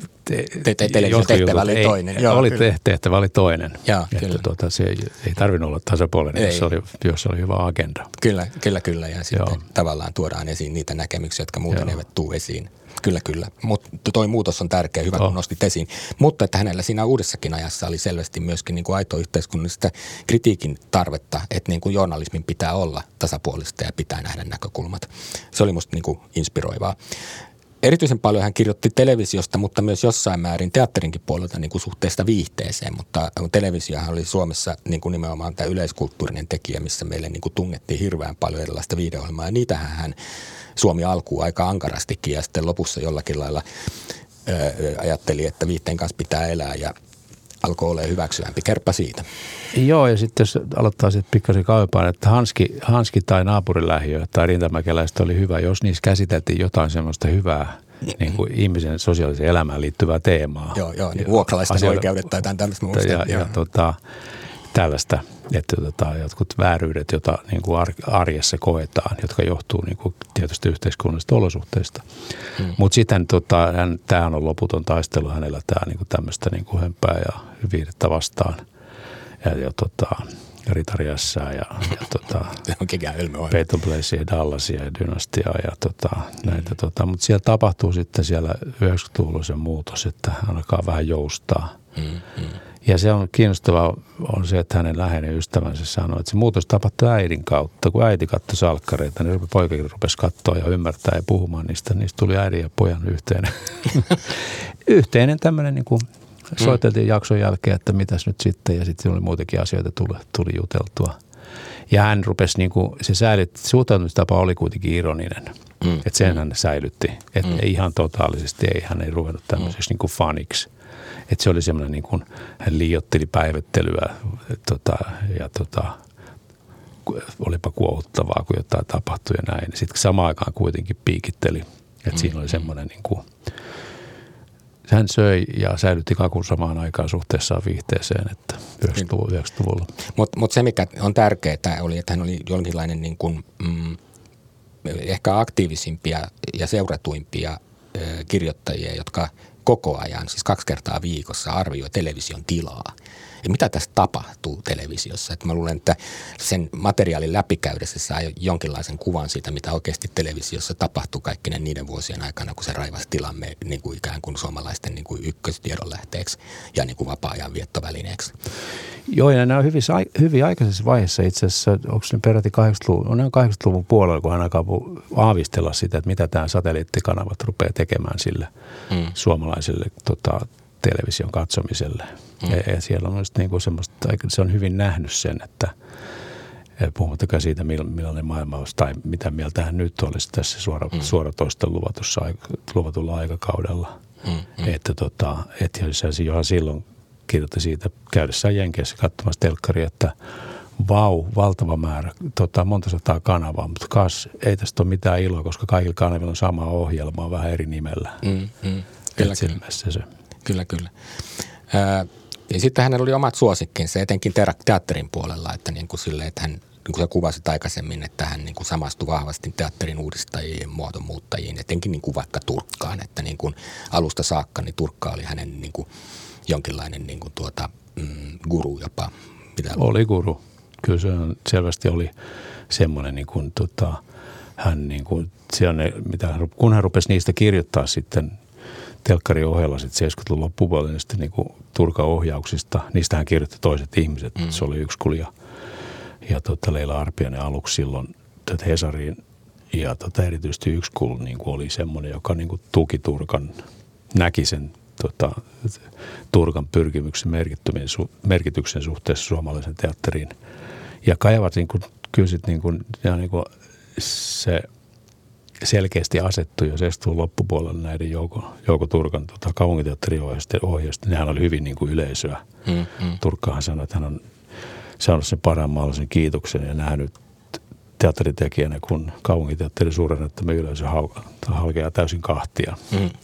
tehtävä oli toinen. Tehtävä oli toinen. Että se ei tarvinnut olla tasapuolinen, jos oli hyvä agenda. Kyllä. Ja sitten tavallaan tuodaan esiin niitä näkemyksiä, jotka muuten eivät tule esiin. Kyllä. Mutta toi muutos on tärkeä, hyvä kun nostit esiin. Mutta että hänellä siinä uudessakin ajassa oli selvästi myöskin niin kuin aito yhteiskunnallista kritiikin tarvetta, että niin kuin journalismin pitää olla tasapuolista ja pitää nähdä näkökulmat. Se oli musta niin kuin inspiroivaa. Erityisen paljon hän kirjoitti televisiosta, mutta myös jossain määrin teatterinkin puolelta niin kuin suhteesta viihteeseen, mutta televisiohan oli Suomessa niin kuin nimenomaan tämä yleiskulttuurinen tekijä, missä meille niin kuin tungettiin hirveän paljon erilaista viihdeohjelmaa ja niitähän hän Suomi alkuun aika ankarastikin ja sitten lopussa jollakin lailla ajatteli, että viihteen kanssa pitää elää ja alkoi olemaan hyväksyvämpi. Kerppa siitä. Joo, ja sitten jos aloittaa sitten pikkasen kauempaan, että Hanski tai naapurilähiö tai rintamäkeläiset oli hyvä, jos niissä käsiteltiin jotain semmoista hyvää niin kuin ihmisen sosiaaliseen elämään liittyvää teemaa. Joo, niin vuokralaisten oikeudet tai tämän tämmöistä muusta. Ja tällaista, että jotkut vääryydet, joita niin kuin arjessa koetaan, jotka johtuu niin kuin tietysti yhteiskunnallisista olosuhteista. Mutta sitten tämähän on loputon taistelu hänellä tämä niin kuin tämmöistä niin kuin hömpää ja viihdettä vastaan. Ja Ritariässää ja Peyton Placea ja Dallasia ja Dynastiaa ja näitä. Mutta siellä tapahtuu sitten siellä 90-luvulla se muutos, että alkaa vähän joustaa. Ja se on kiinnostavaa on se, että hänen läheinen ystävänsä sanoi, että se muutos tapahtui äidin kautta. Kun äiti katsoi salkkareita, niin poikakin rupesi katsoa ja ymmärtää ja puhumaan niistä. Niistä tuli äidin ja pojan yhteinen tämmöinen niin kuin soiteltiin jakson jälkeen, että mitäs nyt sitten, ja sitten oli muitakin asioita tuli juteltua. Ja hän rupesi, niin kuin, se suhtautumistapa oli kuitenkin ironinen, että sen hän säilytti, että ei ihan totaalisesti, hän ei ruvennut tämmöiseksi niin kuin faniksi. Että se oli semmoinen, niin kuin, hän liioitteli päivettelyä ja olipa kuohuttavaa, kun jotain tapahtui ja näin. Sitten samaan aikaan kuitenkin piikitteli, että siinä oli semmoinen niin kuin, hän söi ja säilytti kakun samaan aikaan suhteessaan viihteeseen, että 90-luvulla. Mutta se, mikä on tärkeää, oli, että hän oli jonkinlainen niin kuin, ehkä aktiivisimpia ja seuratuimpia kirjoittajia, jotka koko ajan, siis 2 kertaa viikossa arvioi television tilaa. Ja mitä tässä tapahtuu televisiossa? Että mä luulen, että sen materiaalin läpikäydessä saa jonkinlaisen kuvan siitä, mitä oikeasti televisiossa tapahtuu kaikkinen niiden vuosien aikana, kun se raivasi tilamme niin kuin ikään kuin suomalaisten niin kuin ykköstiedonlähteeksi ja niin kuin vapaa-ajan viettovälineeksi. Joo, ja nämä on hyvin aikaisessa vaiheessa itse asiassa, onko ne peräti 80-luvun puolella, kun hän alkaa aavistella sitä, että mitä tämä satelliittikanavat rupeaa tekemään sille suomalaiselle television katsomiselle. Ja siellä on niin kuin semmoista, se on hyvin nähnyt sen, että puhumattakaan siitä, millainen maailma olisi tai mitä mieltä hän nyt olisi tässä suoratoista luvatulla aikakaudella. Että johan silloin kirjoitti siitä käydessään Jenkeissä katsomassa telkkaria, että valtava määrä, monta sataa kanavaa, mutta ei tästä ole mitään iloa, koska kaikilla kanavilla on sama ohjelma, vähän eri nimellä. Kyllä. Kyllä. Ja sitten hänellä oli omat suosikkinsa, etenkin teatterin puolella, että niin kuin sille, että hän, niin kuin sä kuvasit aikaisemmin, että hän niin kuin samastui vahvasti teatterin uudistajiin, muodonmuuttajiin, etenkin niin kuin vaikka Turkkaan, että niin kuin alusta saakka niin Turkka oli hänen niin kuin jonkinlainen niin kuin guru jopa. Oli guru. Kyllä se selvästi oli semmoinen, niin kuin, hän niin kuin, kun hän rupesi niistä kirjoittaa sitten telkkarin ohella sitten 70-luvun loppupuolella niin kuin Turkan ohjauksista. Niistä hän kirjoitti toiset ihmiset. Se oli Ykskul ja Leila Arpiainen aluksi silloin Hesariin. Ja erityisesti Ykskul niin kuin oli semmoinen, joka niin kuin tuki Turkan, näki sen Turkan pyrkimyksen merkityksen suhteessa suomalaisen teatteriin. Ja Kajavat niin kuin, kyllä sitten niin kuin se selkeästi asettui jo 70-luvun loppupuolella näiden Jouko Turkan kaupunginteatterin ohjausta. Nehän oli hyvin niin kuin yleisöä. Turkkahan sanoi, että hän on saanut sen parhaan mahdollisen kiitoksen ja nähnyt teatteritekijänä, kun kaupunginteatterin suurennättämä yleisö halkeaa täysin kahtia.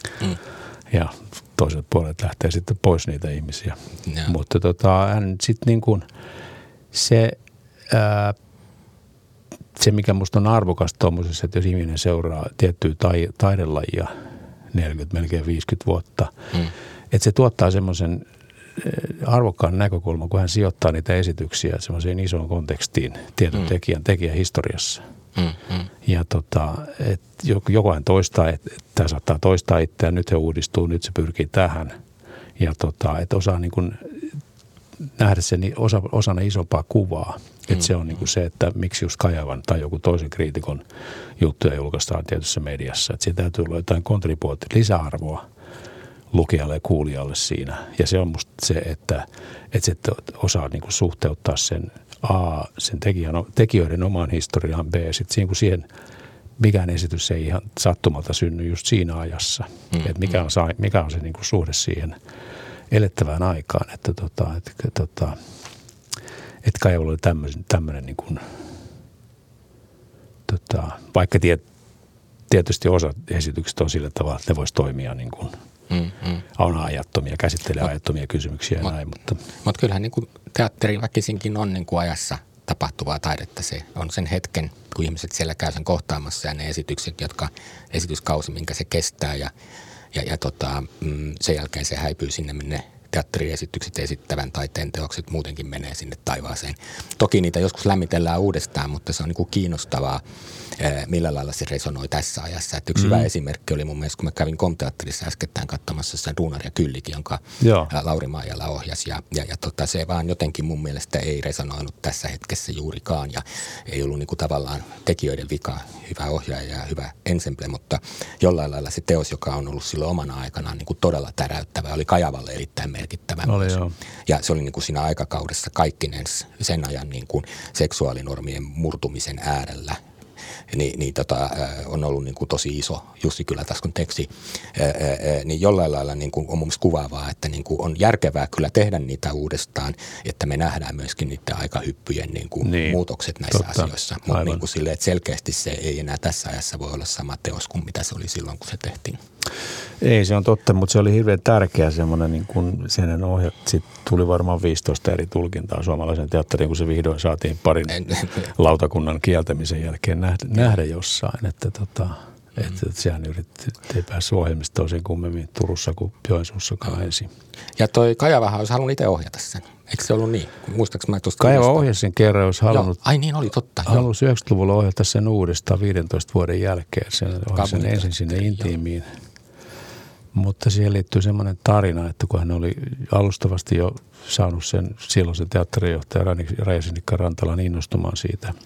Ja toiset puolet lähtee sitten pois niitä ihmisiä. Mutta hän sitten niin kuin se, mikä musta on arvokasta tuommoisessa, että jos ihminen seuraa tiettyä taidelajia 40, melkein 50 vuotta, että se tuottaa semmoisen arvokkaan näkökulman, kun hän sijoittaa niitä esityksiä semmoiseen isoon kontekstiin tietyn tekijän historiassa. Ja että jokainen toistaa, että tämä saattaa toistaa itseään, nyt he uudistuu, nyt se pyrkii tähän. Ja että osaa niin kuin nähdä sen osana isompaa kuvaa. Että se on niin kuin se, että miksi just Kajavan tai joku toisen kriitikon juttuja julkaistaan tietyssä mediassa. Että siitä täytyy olla jotain lisäarvoa lukijalle ja kuulijalle siinä. Ja se on musta se, että se osaa niin kuin suhteuttaa sen sen tekijöiden omaan historiaan, B, sitten siihen mikään esitys ei ihan sattumalta synny just siinä ajassa. Että mikä on se niin kuin suhde siihen elettävään aikaan, että Kajavalla oli tämmöinen niin kuin, vaikka tietysti osa esityksistä on sillä tavalla, että ne voisi toimia niin kuin on ajattomia, käsittelee ajattomia kysymyksiä ja näin. Mutta kyllähän niin kuin teatteri väkisinkin on niin kuin ajassa tapahtuvaa taidetta. Se on sen hetken, kun ihmiset siellä käy sen kohtaamassa ja ne esitykset, esityskausi, minkä se kestää ja sen jälkeen se häipyy sinne, minne teatteriesitykset, esittävän taiteen teokset muutenkin menee sinne taivaaseen. Toki niitä joskus lämmitellään uudestaan, mutta se on niin kuin kiinnostavaa, millä lailla se resonoi tässä ajassa. Että yksi hyvä esimerkki oli mun mielestä, kun mä kävin Komteatterissa äskettäin katsomassa sen Runar ja Kyllikin, jonka Lauri Maijala ohjasi. Se vaan jotenkin mun mielestä ei resonoinut tässä hetkessä juurikaan ja ei ollut niin kuin tavallaan tekijöiden vika, hyvä ohjaaja ja hyvä ensemble, mutta jollain lailla se teos, joka on ollut silloin omana aikanaan niin kuin todella täräyttävä, oli Kajavalle erittäin merkittävä. Ja se oli niin kuin siinä aikakaudessa kaikkinensa sen ajan niin kuin seksuaalinormien murtumisen äärellä. On ollut niin kuin tosi iso Jussi Kylätaskun teksti, niin jollain lailla niin kuin on mun mielestä kuvaavaa, että niin kuin on järkevää kyllä tehdä niitä uudestaan, että me nähdään myöskin niiden aikahyppyjen niin kuin muutokset näissä asioissa. Mutta niin kuin silleen, että selkeästi se ei enää tässä ajassa voi olla sama teos kuin mitä se oli silloin, kun se tehtiin. Ei, se on totta, mutta se oli hirveän tärkeä semmoinen, niin kuin sen ohjat. Sitten tuli varmaan 15 eri tulkintaa suomalaisen teatteriin, kun se vihdoin saatiin parin lautakunnan kieltämisen jälkeen nähdä jossain. Että sehän ei päässyt ohjelmistoon sen kummemmin Turussa kuin Joensuussakaan ensin. Ja toi Kajavahan olisi halunnut itse ohjata sen. Eikö se ollut niin? Muistaaks mä tuosta? Kajava ohjasi sen kerran, olisi halunnut. Ai niin, oli totta. Halusi 90-luvulla ohjata sen uudestaan 15 vuoden jälkeen. Sen ensin sinne intiimiin. Mutta siihen liittyy semmoinen tarina, että kun hän oli alustavasti jo saanut sen silloisen teatterijohtaja Raija-Sinikka Rantalan innostumaan siitä.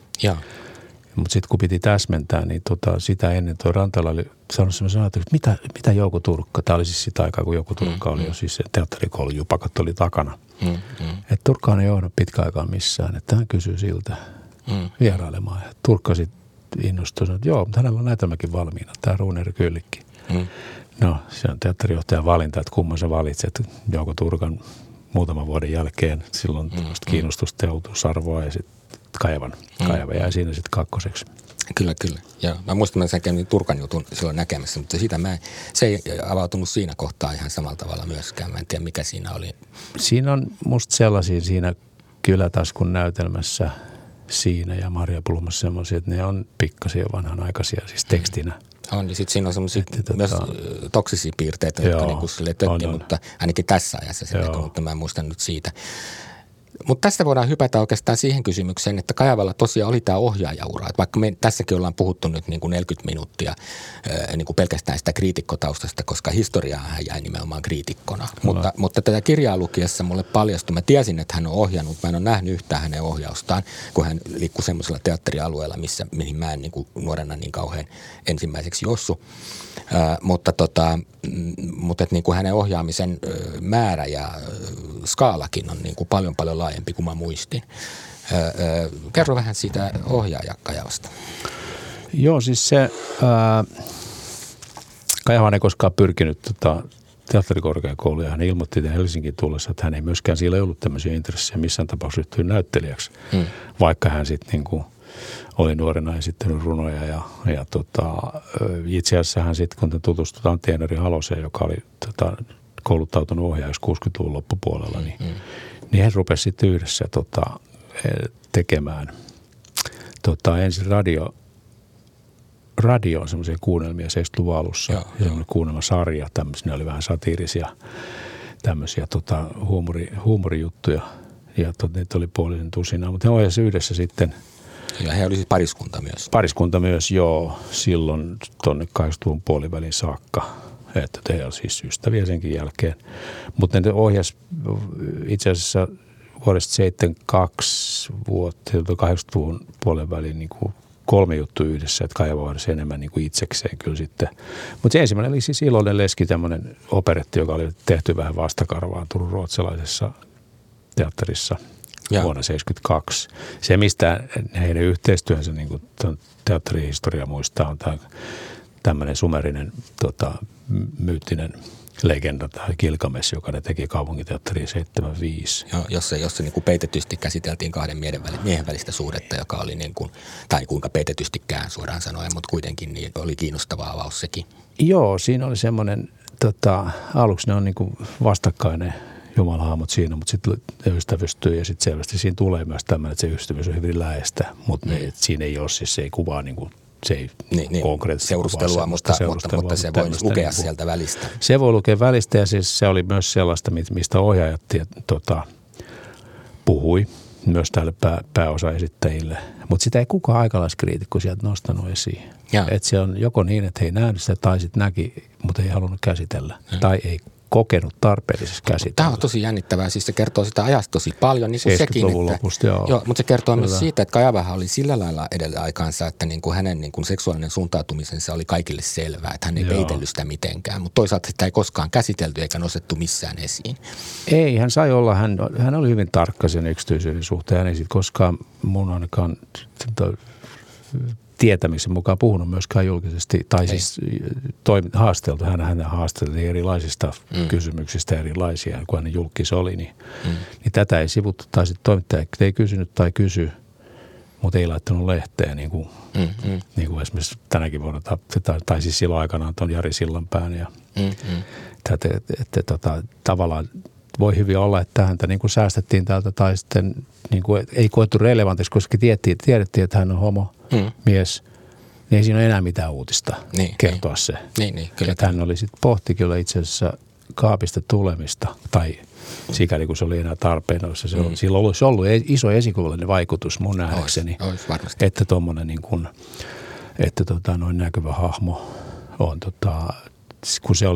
Mutta sitten kun piti täsmentää, niin sitä ennen tuo Rantala oli sanonut semmoisen ajatuksen, että mitä Jouko Turkka, tämä oli siis sitä aikaa, kun Jouko Turkka oli jo siis se teatterikoulu, Jupakat oli takana. Että Turkkaan ei johda pitkä aikaa missään, että hän kysyy siltä vierailemaan. Ja Turkka sitten innostui, että joo, mutta hänellä on näytelmäkin valmiina, tämä Runar Kyllikki. No, se on teatterijohtajan valinta, että kumman sä valitset. Jouko Turkan muutaman vuoden jälkeen silloin kiinnostusta ja uutuusarvoa ja sitten Kajava jäi siinä sitten kakkoseksi. Kyllä. Ja mä muistan, että sä kävin Turkan jutun silloin näkemässä, mutta se ei avautunut siinä kohtaa ihan samalla tavalla myöskään. Mä en tiedä, mikä siinä oli. Siinä on musta sellaisia siinä Kylätaskun näytelmässä siinä ja Marja Plumassa semmoisia, että ne on pikkasia vanhanaikaisia siis tekstinä. On, niin sitten siinä on semmoisia myös toksisia piirteitä, jotka niin kuin silleen tökki, mutta ainakin tässä ajassa se näkyy, mutta mä en muista nyt siitä. Mutta tästä voidaan hypätä oikeastaan siihen kysymykseen, että Kajavalla tosiaan oli tämä ohjaajaura. Että vaikka me tässäkin ollaan puhuttu nyt niin kuin 40 minuuttia niin kuin pelkästään sitä kriitikkotaustasta, koska historiaa hän jäi nimenomaan kriitikkona. Mutta tätä kirjaa lukiessa mulle paljastui, mä tiesin, että hän on ohjannut, mä en ole nähnyt yhtään hänen ohjaustaan, kun hän liikkui semmoisella teatterialueella, mihin mä en niin kuin nuorena niin kauhean ensimmäiseksi jossu. Mutta että niin kuin hänen ohjaamisen määrä ja skaalakin on niin kuin paljon laajempi kuin mä muistin. Kerro vähän siitä ohjaajakajavasta. Joo, siis se Kajava ei koskaan pyrkinyt teatterikorkeakouluun ja hän ilmoitti Helsingin tullessa, että hän ei myöskään, siellä ei ollut tämmöisiä intressejä missään tapauksessa ryhtyä näyttelijäksi, vaikka hän sitten niin kuin oli nuorena esittänyt runoja ja itse asiassa hän sitten, kun tutustutaan Tieneri Haloseen, joka oli kouluttautunut ohjaajaksi 60-luvun loppupuolella, niin he rupesivat sitten yhdessä tekemään ensin radioon semmoisia kuunnelmia 70-luvun alussa. Ja semmoinen kuunnelmasarja, tämmöisiä, ne oli vähän satiirisia tämmöisiä huumorijuttuja ja niitä oli puolisen tusinaa, mutta he ohjasivat yhdessä sitten. Ja he oli siis pariskunta myös. Pariskunta myös, joo, silloin tuonne 80-luvun puolivälin saakka. Että he on siis ystäviä senkin jälkeen. Mutta ne ohjasi itse asiassa vuodesta 72 vuotta, 80-luvun puolen väliin niin kuin 3 juttua yhdessä, että Kajava ohjasi enemmän niin kuin itsekseen kyllä sitten. Mutta se ensimmäinen oli siis Iloinen leski, tämmöinen operetti, joka oli tehty vähän vastakarvaan Turun ruotsalaisessa teatterissa vuonna 1972. Se, mistä heidän yhteistyönsä niin kuin teatterihistoria muistaa, on tämmöinen sumerinen myyttinen legenda tai Gilgamesh, joka ne teki kaupunginteatteriin 75. Joo, jossa niin kuin peitetysti käsiteltiin kahden miehen välistä suhdetta, joka oli niin kuin, tai kuinka peitetystikään suoraan sanoen, mutta kuitenkin niin oli kiinnostava avaus sekin. Joo, siinä oli semmoinen, aluksi ne on niin kuin vastakkainen jumalahahmot siinä, mutta sitten ystävystyy ja sitten selvästi siinä tulee myös tämmöinen, että se ystävyys on hyvin läheistä, mutta siinä ei ole siis, se ei kuvaa niin kuin, se ei konkreettisesti seurustelua, mutta se voi lukea sieltä välistä. Se voi lukea välistä ja siis se oli myös sellaista, mistä ohjaajat puhui myös tälle pääosaesittäjille, mutta sitä ei kukaan aikalaiskriitikko sieltä nostanut esiin. Että se on joko niin, että he ei nähnyt sitä tai sitten näki, mutta ei halunnut käsitellä tai ei kokenut tarpeellisessa käsitellä. Tämä on tosi jännittävää. Siis se kertoo sitä ajasta tosi paljon. Niin kuin sekin, että, lopusta, joo, mutta se kertoo myös siitä, että Kajavaha oli sillä lailla edellä aikaansa, että niin kuin hänen niin kuin seksuaalinen suuntautumisensa oli kaikille selvää. Että hän ei peitellyt sitä mitenkään. Mutta toisaalta sitä ei koskaan käsitelty eikä nostettu missään esiin. Ei, hän sai olla. Hän oli hyvin tarkka sen yksityisyyden suhteen. Hän ei sitten koskaan mun ainakaan tietämisen mukaan puhunut myöskään julkisesti, tai siis haasteltu. Hän haasteltiin erilaisista kysymyksistä erilaisia, kun hän julkis oli, niin tätä ei sivuttu, tai sitten toimittaja ei kysynyt tai kysy, mutta ei laittanut lehteen, niin kuin esimerkiksi tänäkin vuonna, tai siis silloin aikanaan tuon Jari Sillanpään, ja tavallaan voi hyvin olla, että häntä niin kuin säästettiin täältä, tai sitten niin kuin ei koettu relevantiksi, koska tiedettiin, että hän on homo mies, niin ei siinä ole enää mitään uutista kertoa se. Niin, kyllä. Että hän oli sitten pohti kyllä itse asiassa kaapista tulemista, tai sikäli kun se oli enää tarpeen, sillä olisi ollut iso esikuvallinen vaikutus mun nähdäkseni, että tuommoinen niin kuin, että noin näkyvä hahmo on, kun se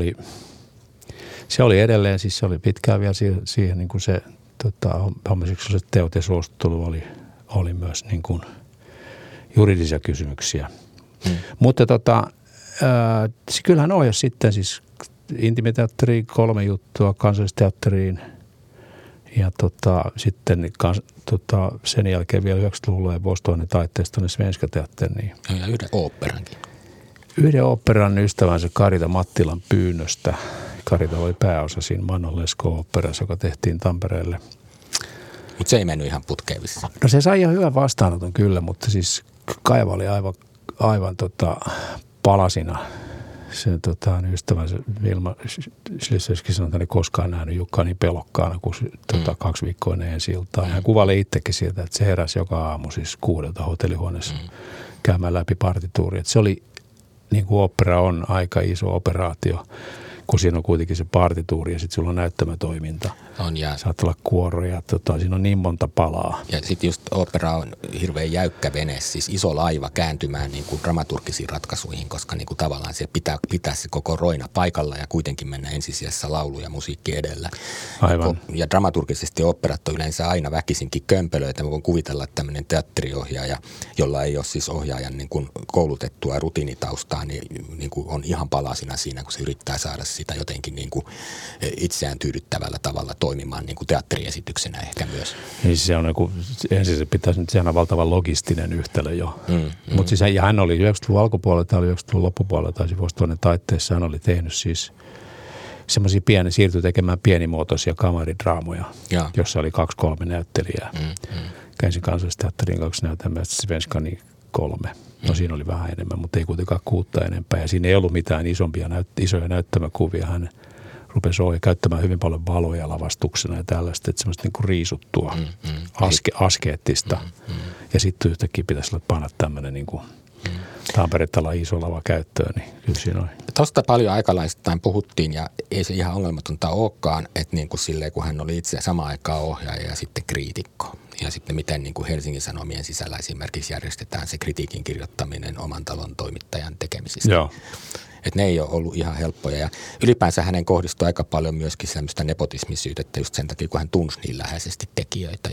oli edelleen, siis se oli pitkään vielä siihen niin kuin se homoseksuaaliset teot ja suostuttelu oli myös niin kuin juridisia kysymyksiä. Mutta kyllähän hän ohjasi sitten siis Intimiteatteriin 3 juttua, Kansallisteatteriin ja sitten sen jälkeen vielä 90-luvulla ja vuosituhannen taitteesta tuonne Svenska Teatteriin. Ja yhden oopperankin. Yhden oopperan ystävänsä Karita Mattilan pyynnöstä. Karita oli pääosa siinä Manon Lescaut-oopperassa, joka tehtiin Tampereelle. Mutta se ei mennyt ihan putkeen vissiin. No se sai ihan hyvän vastaanoton kyllä, mutta siis Kajava oli aivan palasina. Sen ystävänsä Vilma Slisevski sanoi, että hän ei koskaan nähnyt Jukkaa niin pelokkaana kuin 2 viikkoa ennen ensi-iltaa. Hän kuvaili itsekin sieltä, että se heräsi joka aamu siis 6 hotellihuoneessa käymään läpi partituuria. Että se oli, niin kuin opera on, aika iso operaatio, kun siinä on kuitenkin se partituuri ja sitten sulla on näyttämötoiminta. On, ja saattaa olla kuoro ja siinä on niin monta palaa. Ja sitten just opera on hirveän jäykkä vene, siis iso laiva kääntymään niin kuin dramaturgisiin ratkaisuihin, koska niin kuin tavallaan se pitää se koko roina paikalla ja kuitenkin mennä ensisijassa laulu ja musiikki edellä. Aivan. Ja dramaturgisesti operat on yleensä aina väkisinkin kömpelöitä. Mä voin kuvitella, että tämmöinen teatteriohjaaja, jolla ei ole siis ohjaajan niin kuin koulutettua rutiinitaustaa, niin kuin on ihan palasina siinä, kun se yrittää saada sitä jotenkin niin kuin itseään tyydyttävällä tavalla toimimaan niin kuin teatteriesityksenä ehkä myös. Niin se on ensin se pitäisi nyt, sehän on valtavan logistinen yhtälö jo. Mutta siis ja hän oli 90-luvun alkupuolella tai 90-luvun loppupuolella tai vuosituhannen taitteessa hän oli tehnyt siis semmoisia siirtyi tekemään pienimuotoisia kamaridraamoja, jossa oli 2-3 näyttelijää. Käänsin Kansallisteatteriin 2 näytelmää, Svenskani 3. No siinä oli vähän enemmän, mutta ei kuitenkaan 6 enempää. Ja siinä ei ollut mitään isoja näyttämäkuvia. Hän rupesi käyttämään hyvin paljon valoja lavastuksena ja tällaista, että semmoista niin kuin riisuttua, askeettista. Ja sitten yhtäkkiä pitäisi panna tämmöinen niin kuin Tampere-talon iso lava käyttöön, niin kyllä siinä on. Tuosta paljon aikalaistain puhuttiin ja ei se ihan ongelmatonta olekaan, että niin kuin silleen, kun hän oli itse samaan aikaan ohjaaja ja sitten kriitikko. Ja sitten miten niin kuin Helsingin Sanomien sisällä esimerkiksi järjestetään se kritiikin kirjoittaminen oman talon toimittajan tekemisistä. Joo. Että ne ei ole ollut ihan helppoja ja ylipäänsä hänen kohdistui aika paljon myöskin sellaista nepotismisyytettä just sen takia, kun hän tunsi niin läheisesti tekijöitä ja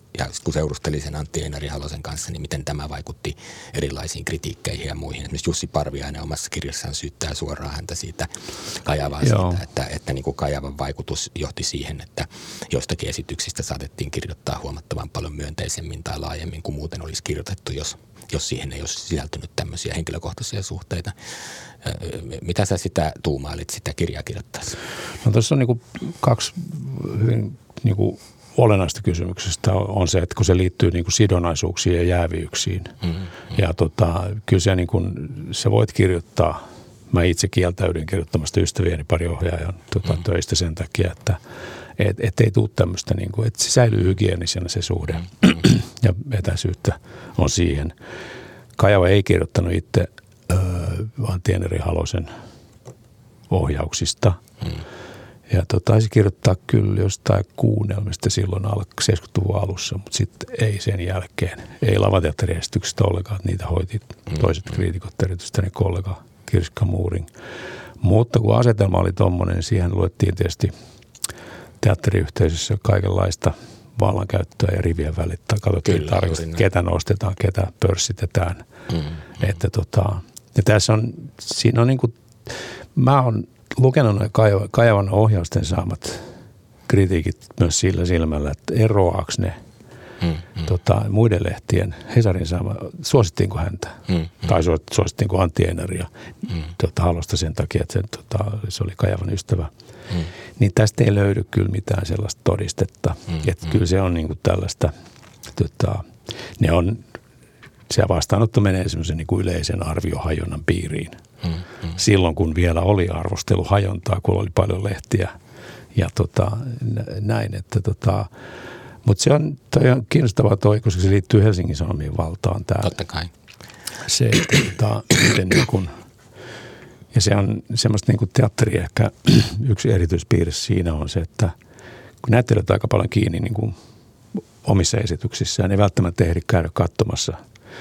ja kun seurusteli sen Antti Einari Halosen kanssa, niin miten tämä vaikutti erilaisiin kritiikkeihin ja muihin. Esimerkiksi Jussi Parviainen omassa kirjassaan syyttää suoraan häntä siitä Kajavaa siitä, että niin kuin Kajavan vaikutus johti siihen, että joistakin esityksistä saatettiin kirjoittaa huomattavan paljon myönteisemmin tai laajemmin kuin muuten olisi kirjoitettu, jos siihen ei olisi sisältynyt tämmöisiä henkilökohtaisia suhteita. Mitä sä sitä tuumailit sitä kirjaa kirjoittaessa? No tuossa on niin kaksi hyvin niin olennaista kysymyksestä on se, että kun se liittyy niin kuin sidonnaisuuksiin ja jäävyyksiin. Ja kyllä se, niin kuin, sä voit kirjoittaa, mä itse kieltäydyin kirjoittamasta ystävieni pari ohjaajan töistä sen takia, että ei tule tämmöistä, niin kuin, että se säilyy hygienisenä se suhde ja etäisyyttä on siihen. Kajava ei kirjoittanut itse Antti Einari Halosen ohjauksista. Ja taisi kirjoittaa kyllä jostain kuunnelmista silloin 70-luvun alussa, mutta sitten ei sen jälkeen. Ei lavateatteriesityksestä ollenkaan, niitä hoiti toiset kriitikot, erityisesti ne kollega Kirska Muuring. Mutta kun asetelma oli tommoinen, niin siihen luettiin tietysti teatteriyhteisössä kaikenlaista vallankäyttöä ja rivien välittä. Katsottiin tarkasti, ketä nostetaan, ketä pörssitetään. Että ja tässä on, siinä on niin kuin, mä oon lukenut Kajavan ohjausten saamat kritiikit myös sillä silmällä, että eroaako ne muiden lehtien, Hesarin saama, suosittiinko häntä? Tai suosittiinko Antti Einaria Halosta sen takia, että se oli Kajavan ystävä. Niin tästä ei löydy kyllä mitään sellaista todistetta. Että kyllä se on niinku tällaista, se vastaanotto menee semmoisen niinku yleisen arviohajonnan piiriin. Silloin, kun vielä oli arvosteluhajontaa, kun oli paljon lehtiä ja näin, että mutta se on kiinnostavaa koska se liittyy Helsingin Sanomien valtaan. Totta kai. Se, miten niin kun, ja se on semmoista niin kuin teatteri ehkä yksi erityispiirre siinä on se, että kun näyttelijät aika paljon kiinni niin kuin omissa esityksissään, ei välttämättä ehdi käydä katsomassa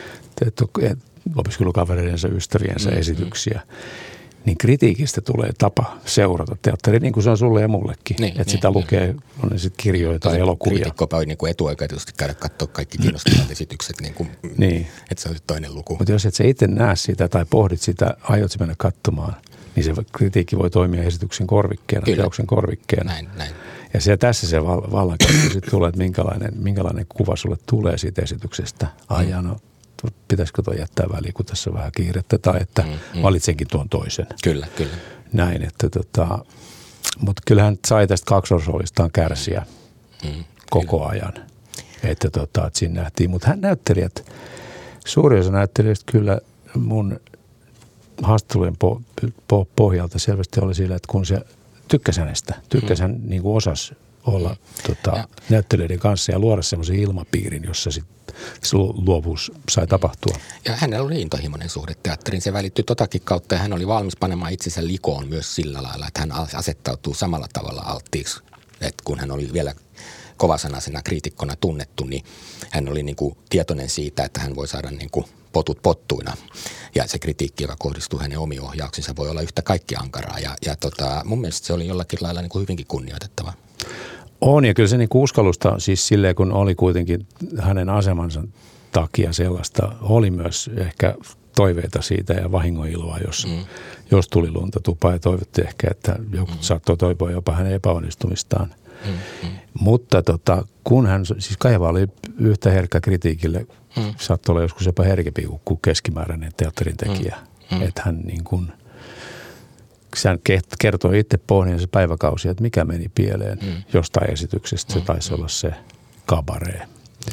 opiskelukavereidensa, ystäviensä esityksiä, niin kritiikistä tulee tapa seurata teatteri, niin kuin se on sulle ja mullekin. Että sitä lukee, on ne sitten kirjoja tai elokuvia. Kriitikko voi niin etuoikeutusti käydä katsoa kaikki kiinnostavat esitykset, että se on toinen luku. Mutta jos et sä itse näe sitä tai pohdit sitä, aiot sä mennä katsomaan, niin se kritiikki voi toimia esityksen korvikkeena, teoksen korvikkeena. Näin. Ja tässä se vallankäyttö sitten tulee, että minkälainen kuva sulle tulee siitä esityksestä. Pitäisikö tuo jättää väliin, kun tässä on vähän kiirettä, tai että valitsenkin tuon toisen. Kyllä. Näin, että mutta kyllähän sai tästä kaksoisroolistaan kärsiä koko ajan. Että siinä nähtiin, mutta näyttelijät, suuri osa näyttelijöistä kyllä mun haastattelujen pohjalta selvästi oli sillä, että kun se tykkäsi hänestä, hän niin kuin osasi olla näyttelijöiden kanssa ja luoda semmoisen ilmapiirin, jossa sitten luovuus sai tapahtua. Ja hänellä oli intohimoinen suhde teatteriin. Se välittyi totakin kautta ja hän oli valmis panemaan itsensä likoon myös sillä lailla, että hän asettautuu samalla tavalla alttiiksi. Että kun hän oli vielä kovasanaisena kriitikkona tunnettu, niin hän oli niin kuin tietoinen siitä, että hän voi saada niin kuin potut pottuina. Ja se kritiikki, joka kohdistuu hänen omiin ohjauksiinsa, voi olla yhtä kaikki ankaraa. Ja mun mielestä se oli jollakin lailla niin kuin hyvinkin kunnioitettava. On, ja kyllä se niin uskallusta, siis silleen kun oli kuitenkin hänen asemansa takia sellaista, oli myös ehkä toiveita siitä ja vahingoiloa, jos tuli lunta tupaan ja toivottiin ehkä, että joku saattoi toivoa jopa hänen epäonnistumistaan. Mutta kun hän, siis Kajava oli yhtä herkkä kritiikille, saattoi olla joskus jopa herkempi kuin keskimääräinen teatterin tekijä, että hän niin kuin hän kertoi itse pohdinnansa päiväkausia, että mikä meni pieleen jostain esityksestä. Se taisi olla se kabaree,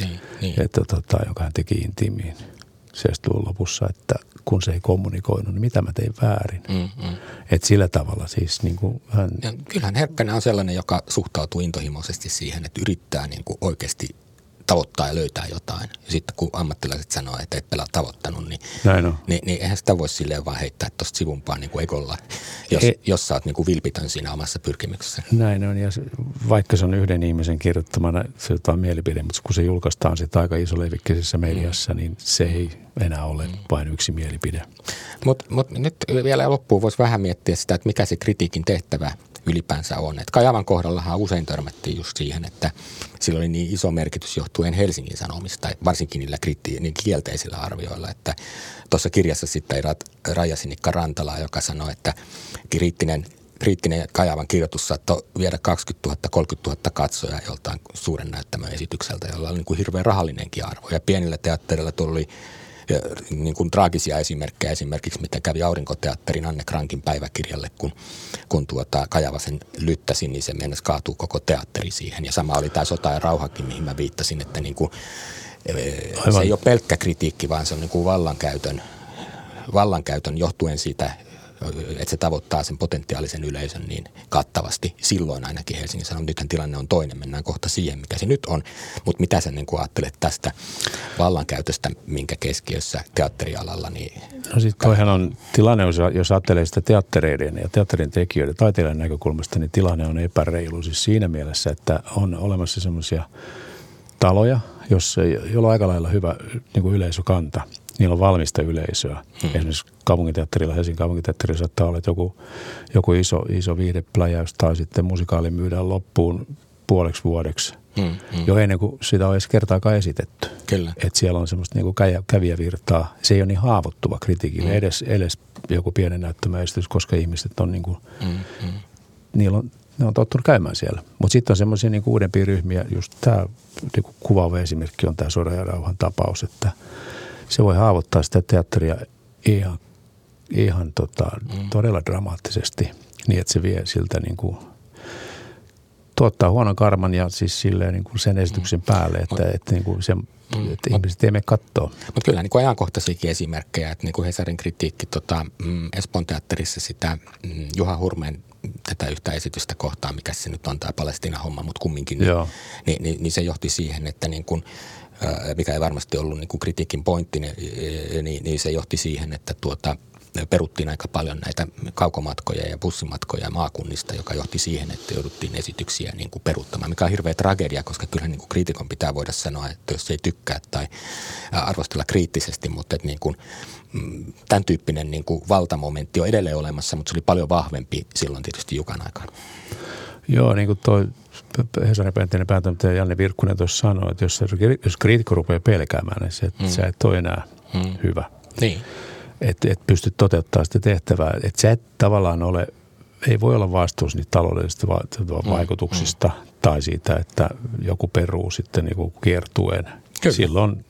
jonka hän teki intiimiin 70-luvun lopussa, että kun se ei kommunikoinut, niin mitä mä tein väärin. Että sillä tavalla siis niin kuin hän... Ja kyllähän Herkkänen on sellainen, joka suhtautuu intohimoisesti siihen, että yrittää niin kuin oikeasti tavoittaa ja löytää jotain. Ja sitten kun ammattilaiset sanoo, että et pelaa tavoittanut, niin eihän sitä voi silleen vaan heittää tuosta sivumpaan niin kuin ekolla, jos sä oot niin kuin vilpitön siinä omassa pyrkimyksessä. Näin on, ja vaikka se on yhden ihmisen kirjoittamana, se on mielipide, mutta kun se julkaistaan sitten aika isolevikkeisessä mediassa, niin se ei enää ole vain yksi mielipide. Mutta nyt vielä loppuun voisi vähän miettiä sitä, että mikä se kritiikin tehtävä ylipäänsä on. Et Kajavan kohdallahan usein törmättiin just siihen, että sillä oli niin iso merkitys johtuen Helsingin Sanomista, varsinkin niillä niin kielteisillä arvioilla, että tuossa kirjassa sitten Raija-Sinikka Rantalaa, joka sanoi, että kriittinen Kajavan kirjoitus saattoi viedä 20 000, 30 000 katsojaa joltain suuren näyttämön esitykseltä, jolla oli niin kuin hirveän rahallinenkin arvo. Ja pienillä teatterilla tuli niin kuin traagisia esimerkkejä, esimerkiksi mitä kävi Aurinkoteatterin Anne Krankin päiväkirjalle, kun Kajavasen lyttäsi, niin se mennessä kaatuu koko teatteri siihen. Ja sama oli tämä Sota ja rauhakin, mihin mä viittasin, että niin kuin, se ei ole pelkkä kritiikki, vaan se on niin kuin vallankäytön johtuen siitä, että se tavoittaa sen potentiaalisen yleisön niin kattavasti. Silloin ainakin Helsingin Sanomat. Nythän tilanne on toinen. Mennään kohta siihen, mikä se nyt on. Mutta mitä sä niin ajattelet tästä vallankäytöstä, minkä keskiössä teatterialalla? Niin no siis toihan on tilanne, jos ajattelee sitä teattereiden ja teatterin tekijöiden taiteilijan näkökulmasta, niin tilanne on epäreilu. Siis siinä mielessä, että on olemassa semmoisia taloja, joilla on aika lailla hyvä niin kuin yleisökanta. Niillä on valmista yleisöä. Esimerkiksi kaupunginteatterilla, Helsingin kaupunginteatterilla saattaa olla, että joku iso viihdepläjäys tai sitten musikaali myydään loppuun puoleksi vuodeksi. Jo ennen kuin sitä on edes kertaakaan esitetty. Kyllä. Että siellä on semmoista niin kuin kävijävirtaa. Se ei ole niin haavoittuva kritiikille, edes joku pienen näyttämöesitys, koska ihmiset on niin kuin, ne on tottunut käymään siellä. Mutta sitten on semmoisia niin kuin uudempia ryhmiä, just tämä niin kuin kuvaava esimerkki on tämä Sodan ja rauhan tapaus, että se voi haavoittaa sitä teatteria ihan todella dramaattisesti niin, että se vie siltä niin kuin, tuottaa huonon karman ja siis silleen niin kuin sen esityksen päälle, että niin kuin että ihmiset ei mene katsoa. Mutta kyllä niin kuin ajankohtaisiakin esimerkkejä, että niin kuin Hesarin kritiikki Espoon teatterissa sitä Juha Hurmeen tätä yhtä esitystä kohtaan, mikä se nyt on tämä Palestiina-homma, mutta kumminkin, niin se johti siihen, että niin kuin mikä ei varmasti ollut niin kuin kritiikin pointti, niin se johti siihen, että peruttiin aika paljon näitä kaukomatkoja ja bussimatkoja maakunnista, joka johti siihen, että jouduttiin esityksiä niin kuin peruuttamaan, mikä on hirveä tragedia, koska kyllähän niin kuin kriitikon pitää voida sanoa, että jos ei tykkää tai arvostella kriittisesti, mutta että niin kuin, tämän tyyppinen niin kuin valtamomentti on edelleen olemassa, mutta se oli paljon vahvempi silloin tietysti Jukan aikaan. Joo, niin kuin toi Hesarin entinen päätoimittaja Janne Virkkunen tuossa sanoi, että jos kriitikko rupeaa pelkäämään, niin sä et ole enää hyvä. Niin. Että et pystyt toteuttamaan sitä tehtävää. Että sä et tavallaan ei voi olla vastuussa niitä taloudellisista vaikutuksista tai siitä, että joku peruu sitten niin kuin kiertueen. Kyllä. Silloin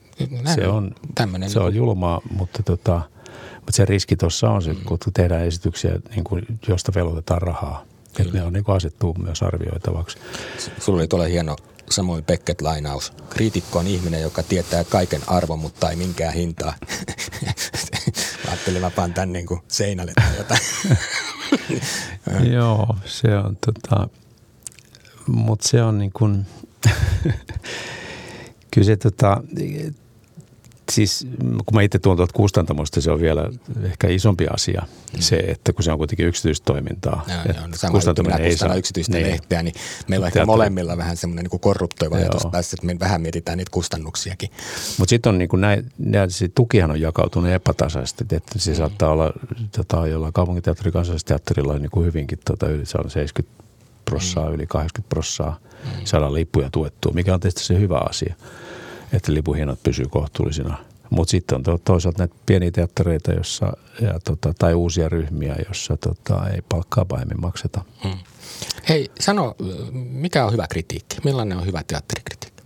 se on julmaa, mutta se riski tuossa on se, kun tehdään esityksiä, niin kuin, josta velotetaan rahaa. Että ne on niin kuin asettuu myös arvioitavaksi. Sulla oli tuolla hieno Samuel Beckett-lainaus. Kriitikko on ihminen, joka tietää kaiken arvon, mutta ei minkään hintaa. Ajattelin, mä paan tän niin kuin seinälle tai jotain. Joo, se on mutta se on niin kuin, kyllä se siis kun mä itse tuon tuolta kustantamosta, se on vielä ehkä isompi asia. Se, että kun se on kuitenkin yksityistoimintaa. Sama juttu, minä kustannan yksityistä lehteä, niin meillä on ehkä molemmilla vähän semmoinen niin korruptoiva ajatus päässä, että me vähän mietitään niitä kustannuksiakin. Mutta sitten on niin kuin se tukihan on jakautunut epätasaisesti, että se saattaa olla jollain kaupunginteatterin kansallisteatterilla niin kuin hyvinkin yli 70%, yli 80% saadaan lippuja tuettua, mikä on tietysti se hyvä asia, että lipuhinnat pysyy kohtuullisina. Mutta sitten on toisaalta näitä pieniä teattereita tai uusia ryhmiä, joissa ei palkkaa pahemmin makseta. Hei, sano, mikä on hyvä kritiikki? Millainen on hyvä teatterikritiikki?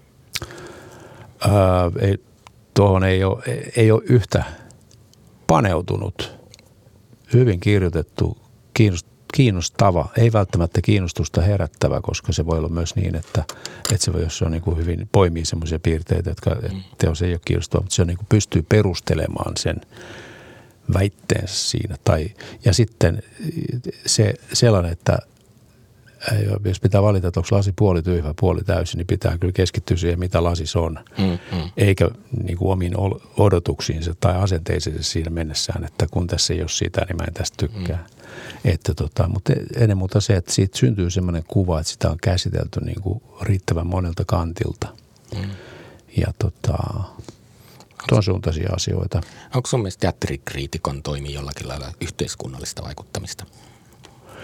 Tuohon ei ole yhtä paneutunut, hyvin kirjoitettu, kiinnostava, ei välttämättä kiinnostusta herättävä, koska se voi olla myös niin, että jos se on niin kuin hyvin poimii semmoisia piirteitä, jotka teos ei ole kiinnostava, mutta se on niin kuin pystyy perustelemaan sen väitteensä siinä. Ja sitten se sellainen, että jos pitää valita, että onko lasi puoli tyhjä, puoli täysin, niin pitää kyllä keskittyä siihen, mitä lasis on, eikä niin kuin omiin odotuksiinsa tai asenteisiinsa siinä mennessään, että kun tässä ei ole sitä, niin mä en tästä tykkää. Mutta ennen muuta se, että siitä syntyy semmoinen kuva, että sitä on käsitelty niin kuin riittävän monelta kantilta. Ja tuon suuntaisia asioita. Onko sun mielestä teatterikriitikon toimi jollakin lailla yhteiskunnallista vaikuttamista?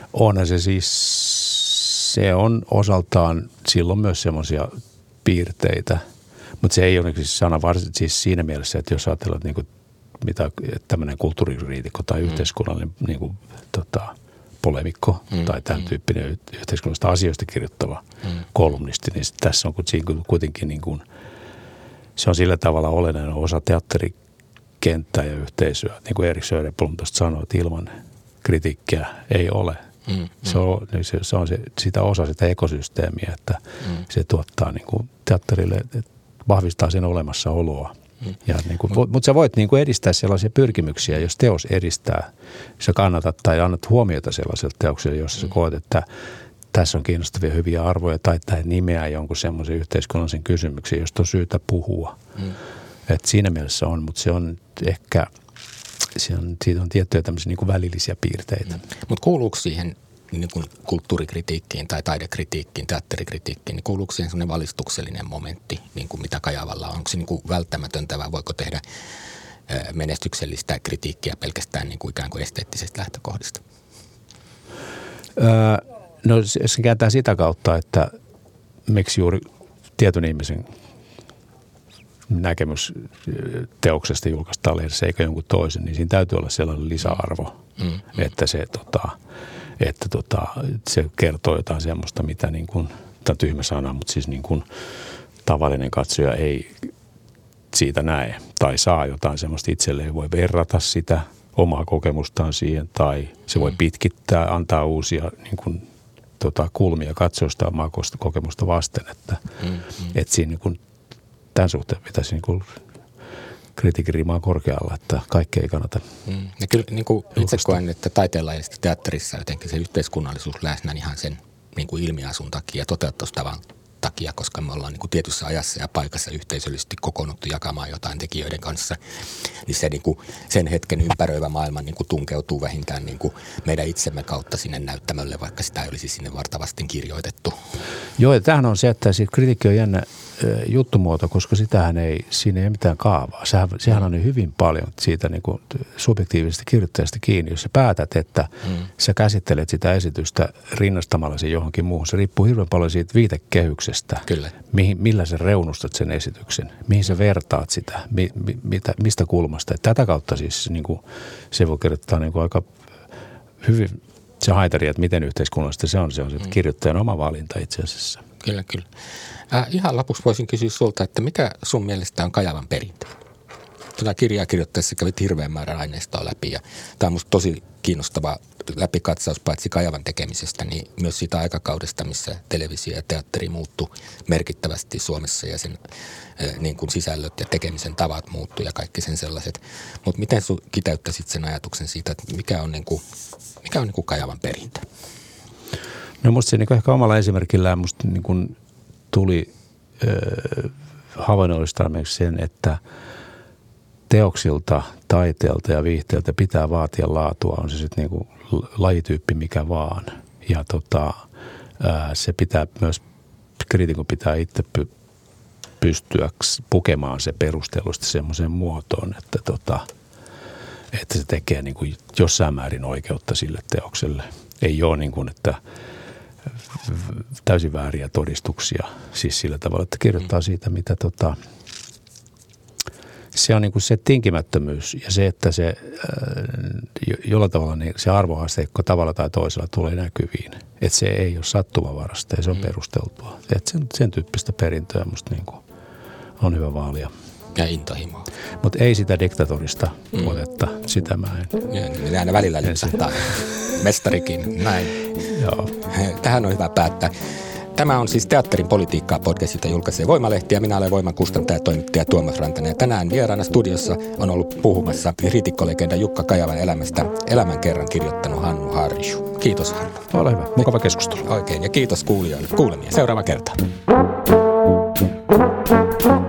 Onhan se siis, se on osaltaan silloin myös semmoisia piirteitä, mutta se ei ole siis sana siis siinä mielessä, että jos ajatellaan, niin kuin, mitä tämmöinen kulttuurikriitikko tai yhteiskunnallinen niin kuin, polemikko tai tämän tyyppinen yhteiskunnallisista asioista kirjoittava kolumnisti, niin tässä on kuitenkin niin kuin, se on sillä tavalla olennainen osa teatterikenttää ja yhteisöä. Niin kuin Erik Söderblom tuosta sanoi, että ilman kritiikkiä ei ole. Se on sitä osa sitä ekosysteemiä, että se tuottaa niin kuin teatterille, vahvistaa sen olemassaoloa. Niin mutta sä voit niin kuin edistää sellaisia pyrkimyksiä, jos teos edistää, sä kannatat tai annat huomiota sellaiselle teokselle, jossa sä koet, että tässä on kiinnostavia hyviä arvoja tai tämä nimeää jonkun semmoisen yhteiskunnallisen kysymyksen, josta on syytä puhua. Et siinä mielessä on, mutta se on ehkä, siitä on tiettyjä tämmöisiä niin kuin välillisiä piirteitä. Mutta kuuluuko siihen niin kuin kulttuurikritiikkiin tai taidekritiikkiin, teatterikritiikkiin, niin kuuluuko siihen sellainen valistuksellinen momentti, niin kuin mitä Kajavalla on? Onko se niin kuin välttämätöntä vai voiko tehdä menestyksellistä kritiikkiä pelkästään niin kuin ikään kuin esteettisestä lähtökohdista? No se kääntää sitä kautta, että miksi juuri tietyn ihmisen näkemys teoksesta julkaistaan lehdessä eikä jonkun toisen, niin siinä täytyy olla sellainen lisäarvo, että se kertoo jotain semmoista, mitä niin kuin, tämä on tyhmä sana, mutta siis niin kuin tavallinen katsoja ei siitä näe tai saa jotain semmoista itselleen, voi verrata sitä omaa kokemustaan siihen tai se voi pitkittää, antaa uusia niin kuin, kulmia katsoista omaa kokemusta vasten, että siinä niin kuin, tämän suhteen pitäisi niin kuin kritiikin rimaa korkealla, että kaikkea ei kannata. Ja kyllä niin kuin itse koen, että taiteenlajista teatterissa jotenkin se yhteiskunnallisuus läsnä ihan sen niin kuin ilmiasun takia ja toteutustavan takia, koska me ollaan niin kuin tietyssä ajassa ja paikassa yhteisöllisesti kokoonnuttu jakamaan jotain tekijöiden kanssa, niin se niin kuin sen hetken ympäröivä maailma niin kuin tunkeutuu vähintään niin kuin meidän itsemme kautta sinne näyttämölle, vaikka sitä ei olisi sinne vartavasti kirjoitettu. Joo, ja tämähän on se, että siitä kritiikki on jännä juttumuoto, koska siinä ei mitään kaavaa. Sehän on hyvin paljon siitä niin kuin subjektiivisesta kirjoittajasta kiinni, jos sä päätät, että sä käsittelet sitä esitystä rinnastamalla sen johonkin muuhun. Se riippuu hirveän paljon siitä viitekehyksestä, millä sä reunustat sen esityksen, mihin sä vertaat sitä, mistä kulmasta. Et tätä kautta siis niin kuin, se voi kirjoittaa niin kuin aika hyvin se haitari, että miten yhteiskunnallista se on se kirjoittajan oma valinta itse asiassa. Kyllä. Ihan lopuksi voisin kysyä sulta, että mikä sun mielestä on Kajavan perintö? Tätä kirjaa kirjoittaessa kävit hirveän määrän aineistoa läpi ja tämä on musta tosi kiinnostava läpikatsaus paitsi Kajavan tekemisestä, niin myös siitä aikakaudesta, missä televisio ja teatteri muuttui merkittävästi Suomessa ja sen niin kuin sisällöt ja tekemisen tavat muuttui ja kaikki sen sellaiset. Mutta miten sun kiteyttäisit sen ajatuksen siitä, että mikä on niin kuin Kajavan perintö? No musta se niin ehkä omalla esimerkillään musta niin kuin tuli havainnollistaa sen, että teoksilta, taiteelta ja viihteeltä pitää vaatia laatua, on se sitten niinku lajityyppi mikä vaan. Ja se pitää myös, kriitikon pitää itse pystyä pukemaan se perustellusti semmoiseen muotoon, että se tekee niinku jossain määrin oikeutta sille teokselle. Ei ole niin kuin, että täysin vääriä todistuksia, siis sillä tavalla, että kirjoittaa siitä, mitä se on niin kuin se tinkimättömyys ja se, että se jollain tavalla niin se arvoasteikko tavalla tai toisella tulee näkyviin. Että se ei ole sattumavarasta ja se on perusteltua. Että sen tyyppistä perintöä musta niin kuin on hyvä vaalia. Ja intohimoa. Mutta ei sitä diktatorista otetta, sitä mä en. Ja aina välillä lipsahtaa. Mestarikin, näin. Joo. Tähän on hyvä päättää. Tämä on siis Teatterin politiikkaa podcast, jota julkaisee Voimalehti ja minä olen Voiman kustantaja ja toimittaja Tuomas Rantanen. Ja tänään vieraana studiossa on ollut puhumassa kriitikkolegenda Jukka Kajavan elämästä elämän kerran kirjoittanut Hannu Harju. Kiitos Hannu. Ole hyvä. Mukava keskustelu. Oikein ja kiitos kuulijoille. Kuulemia seuraava kerta.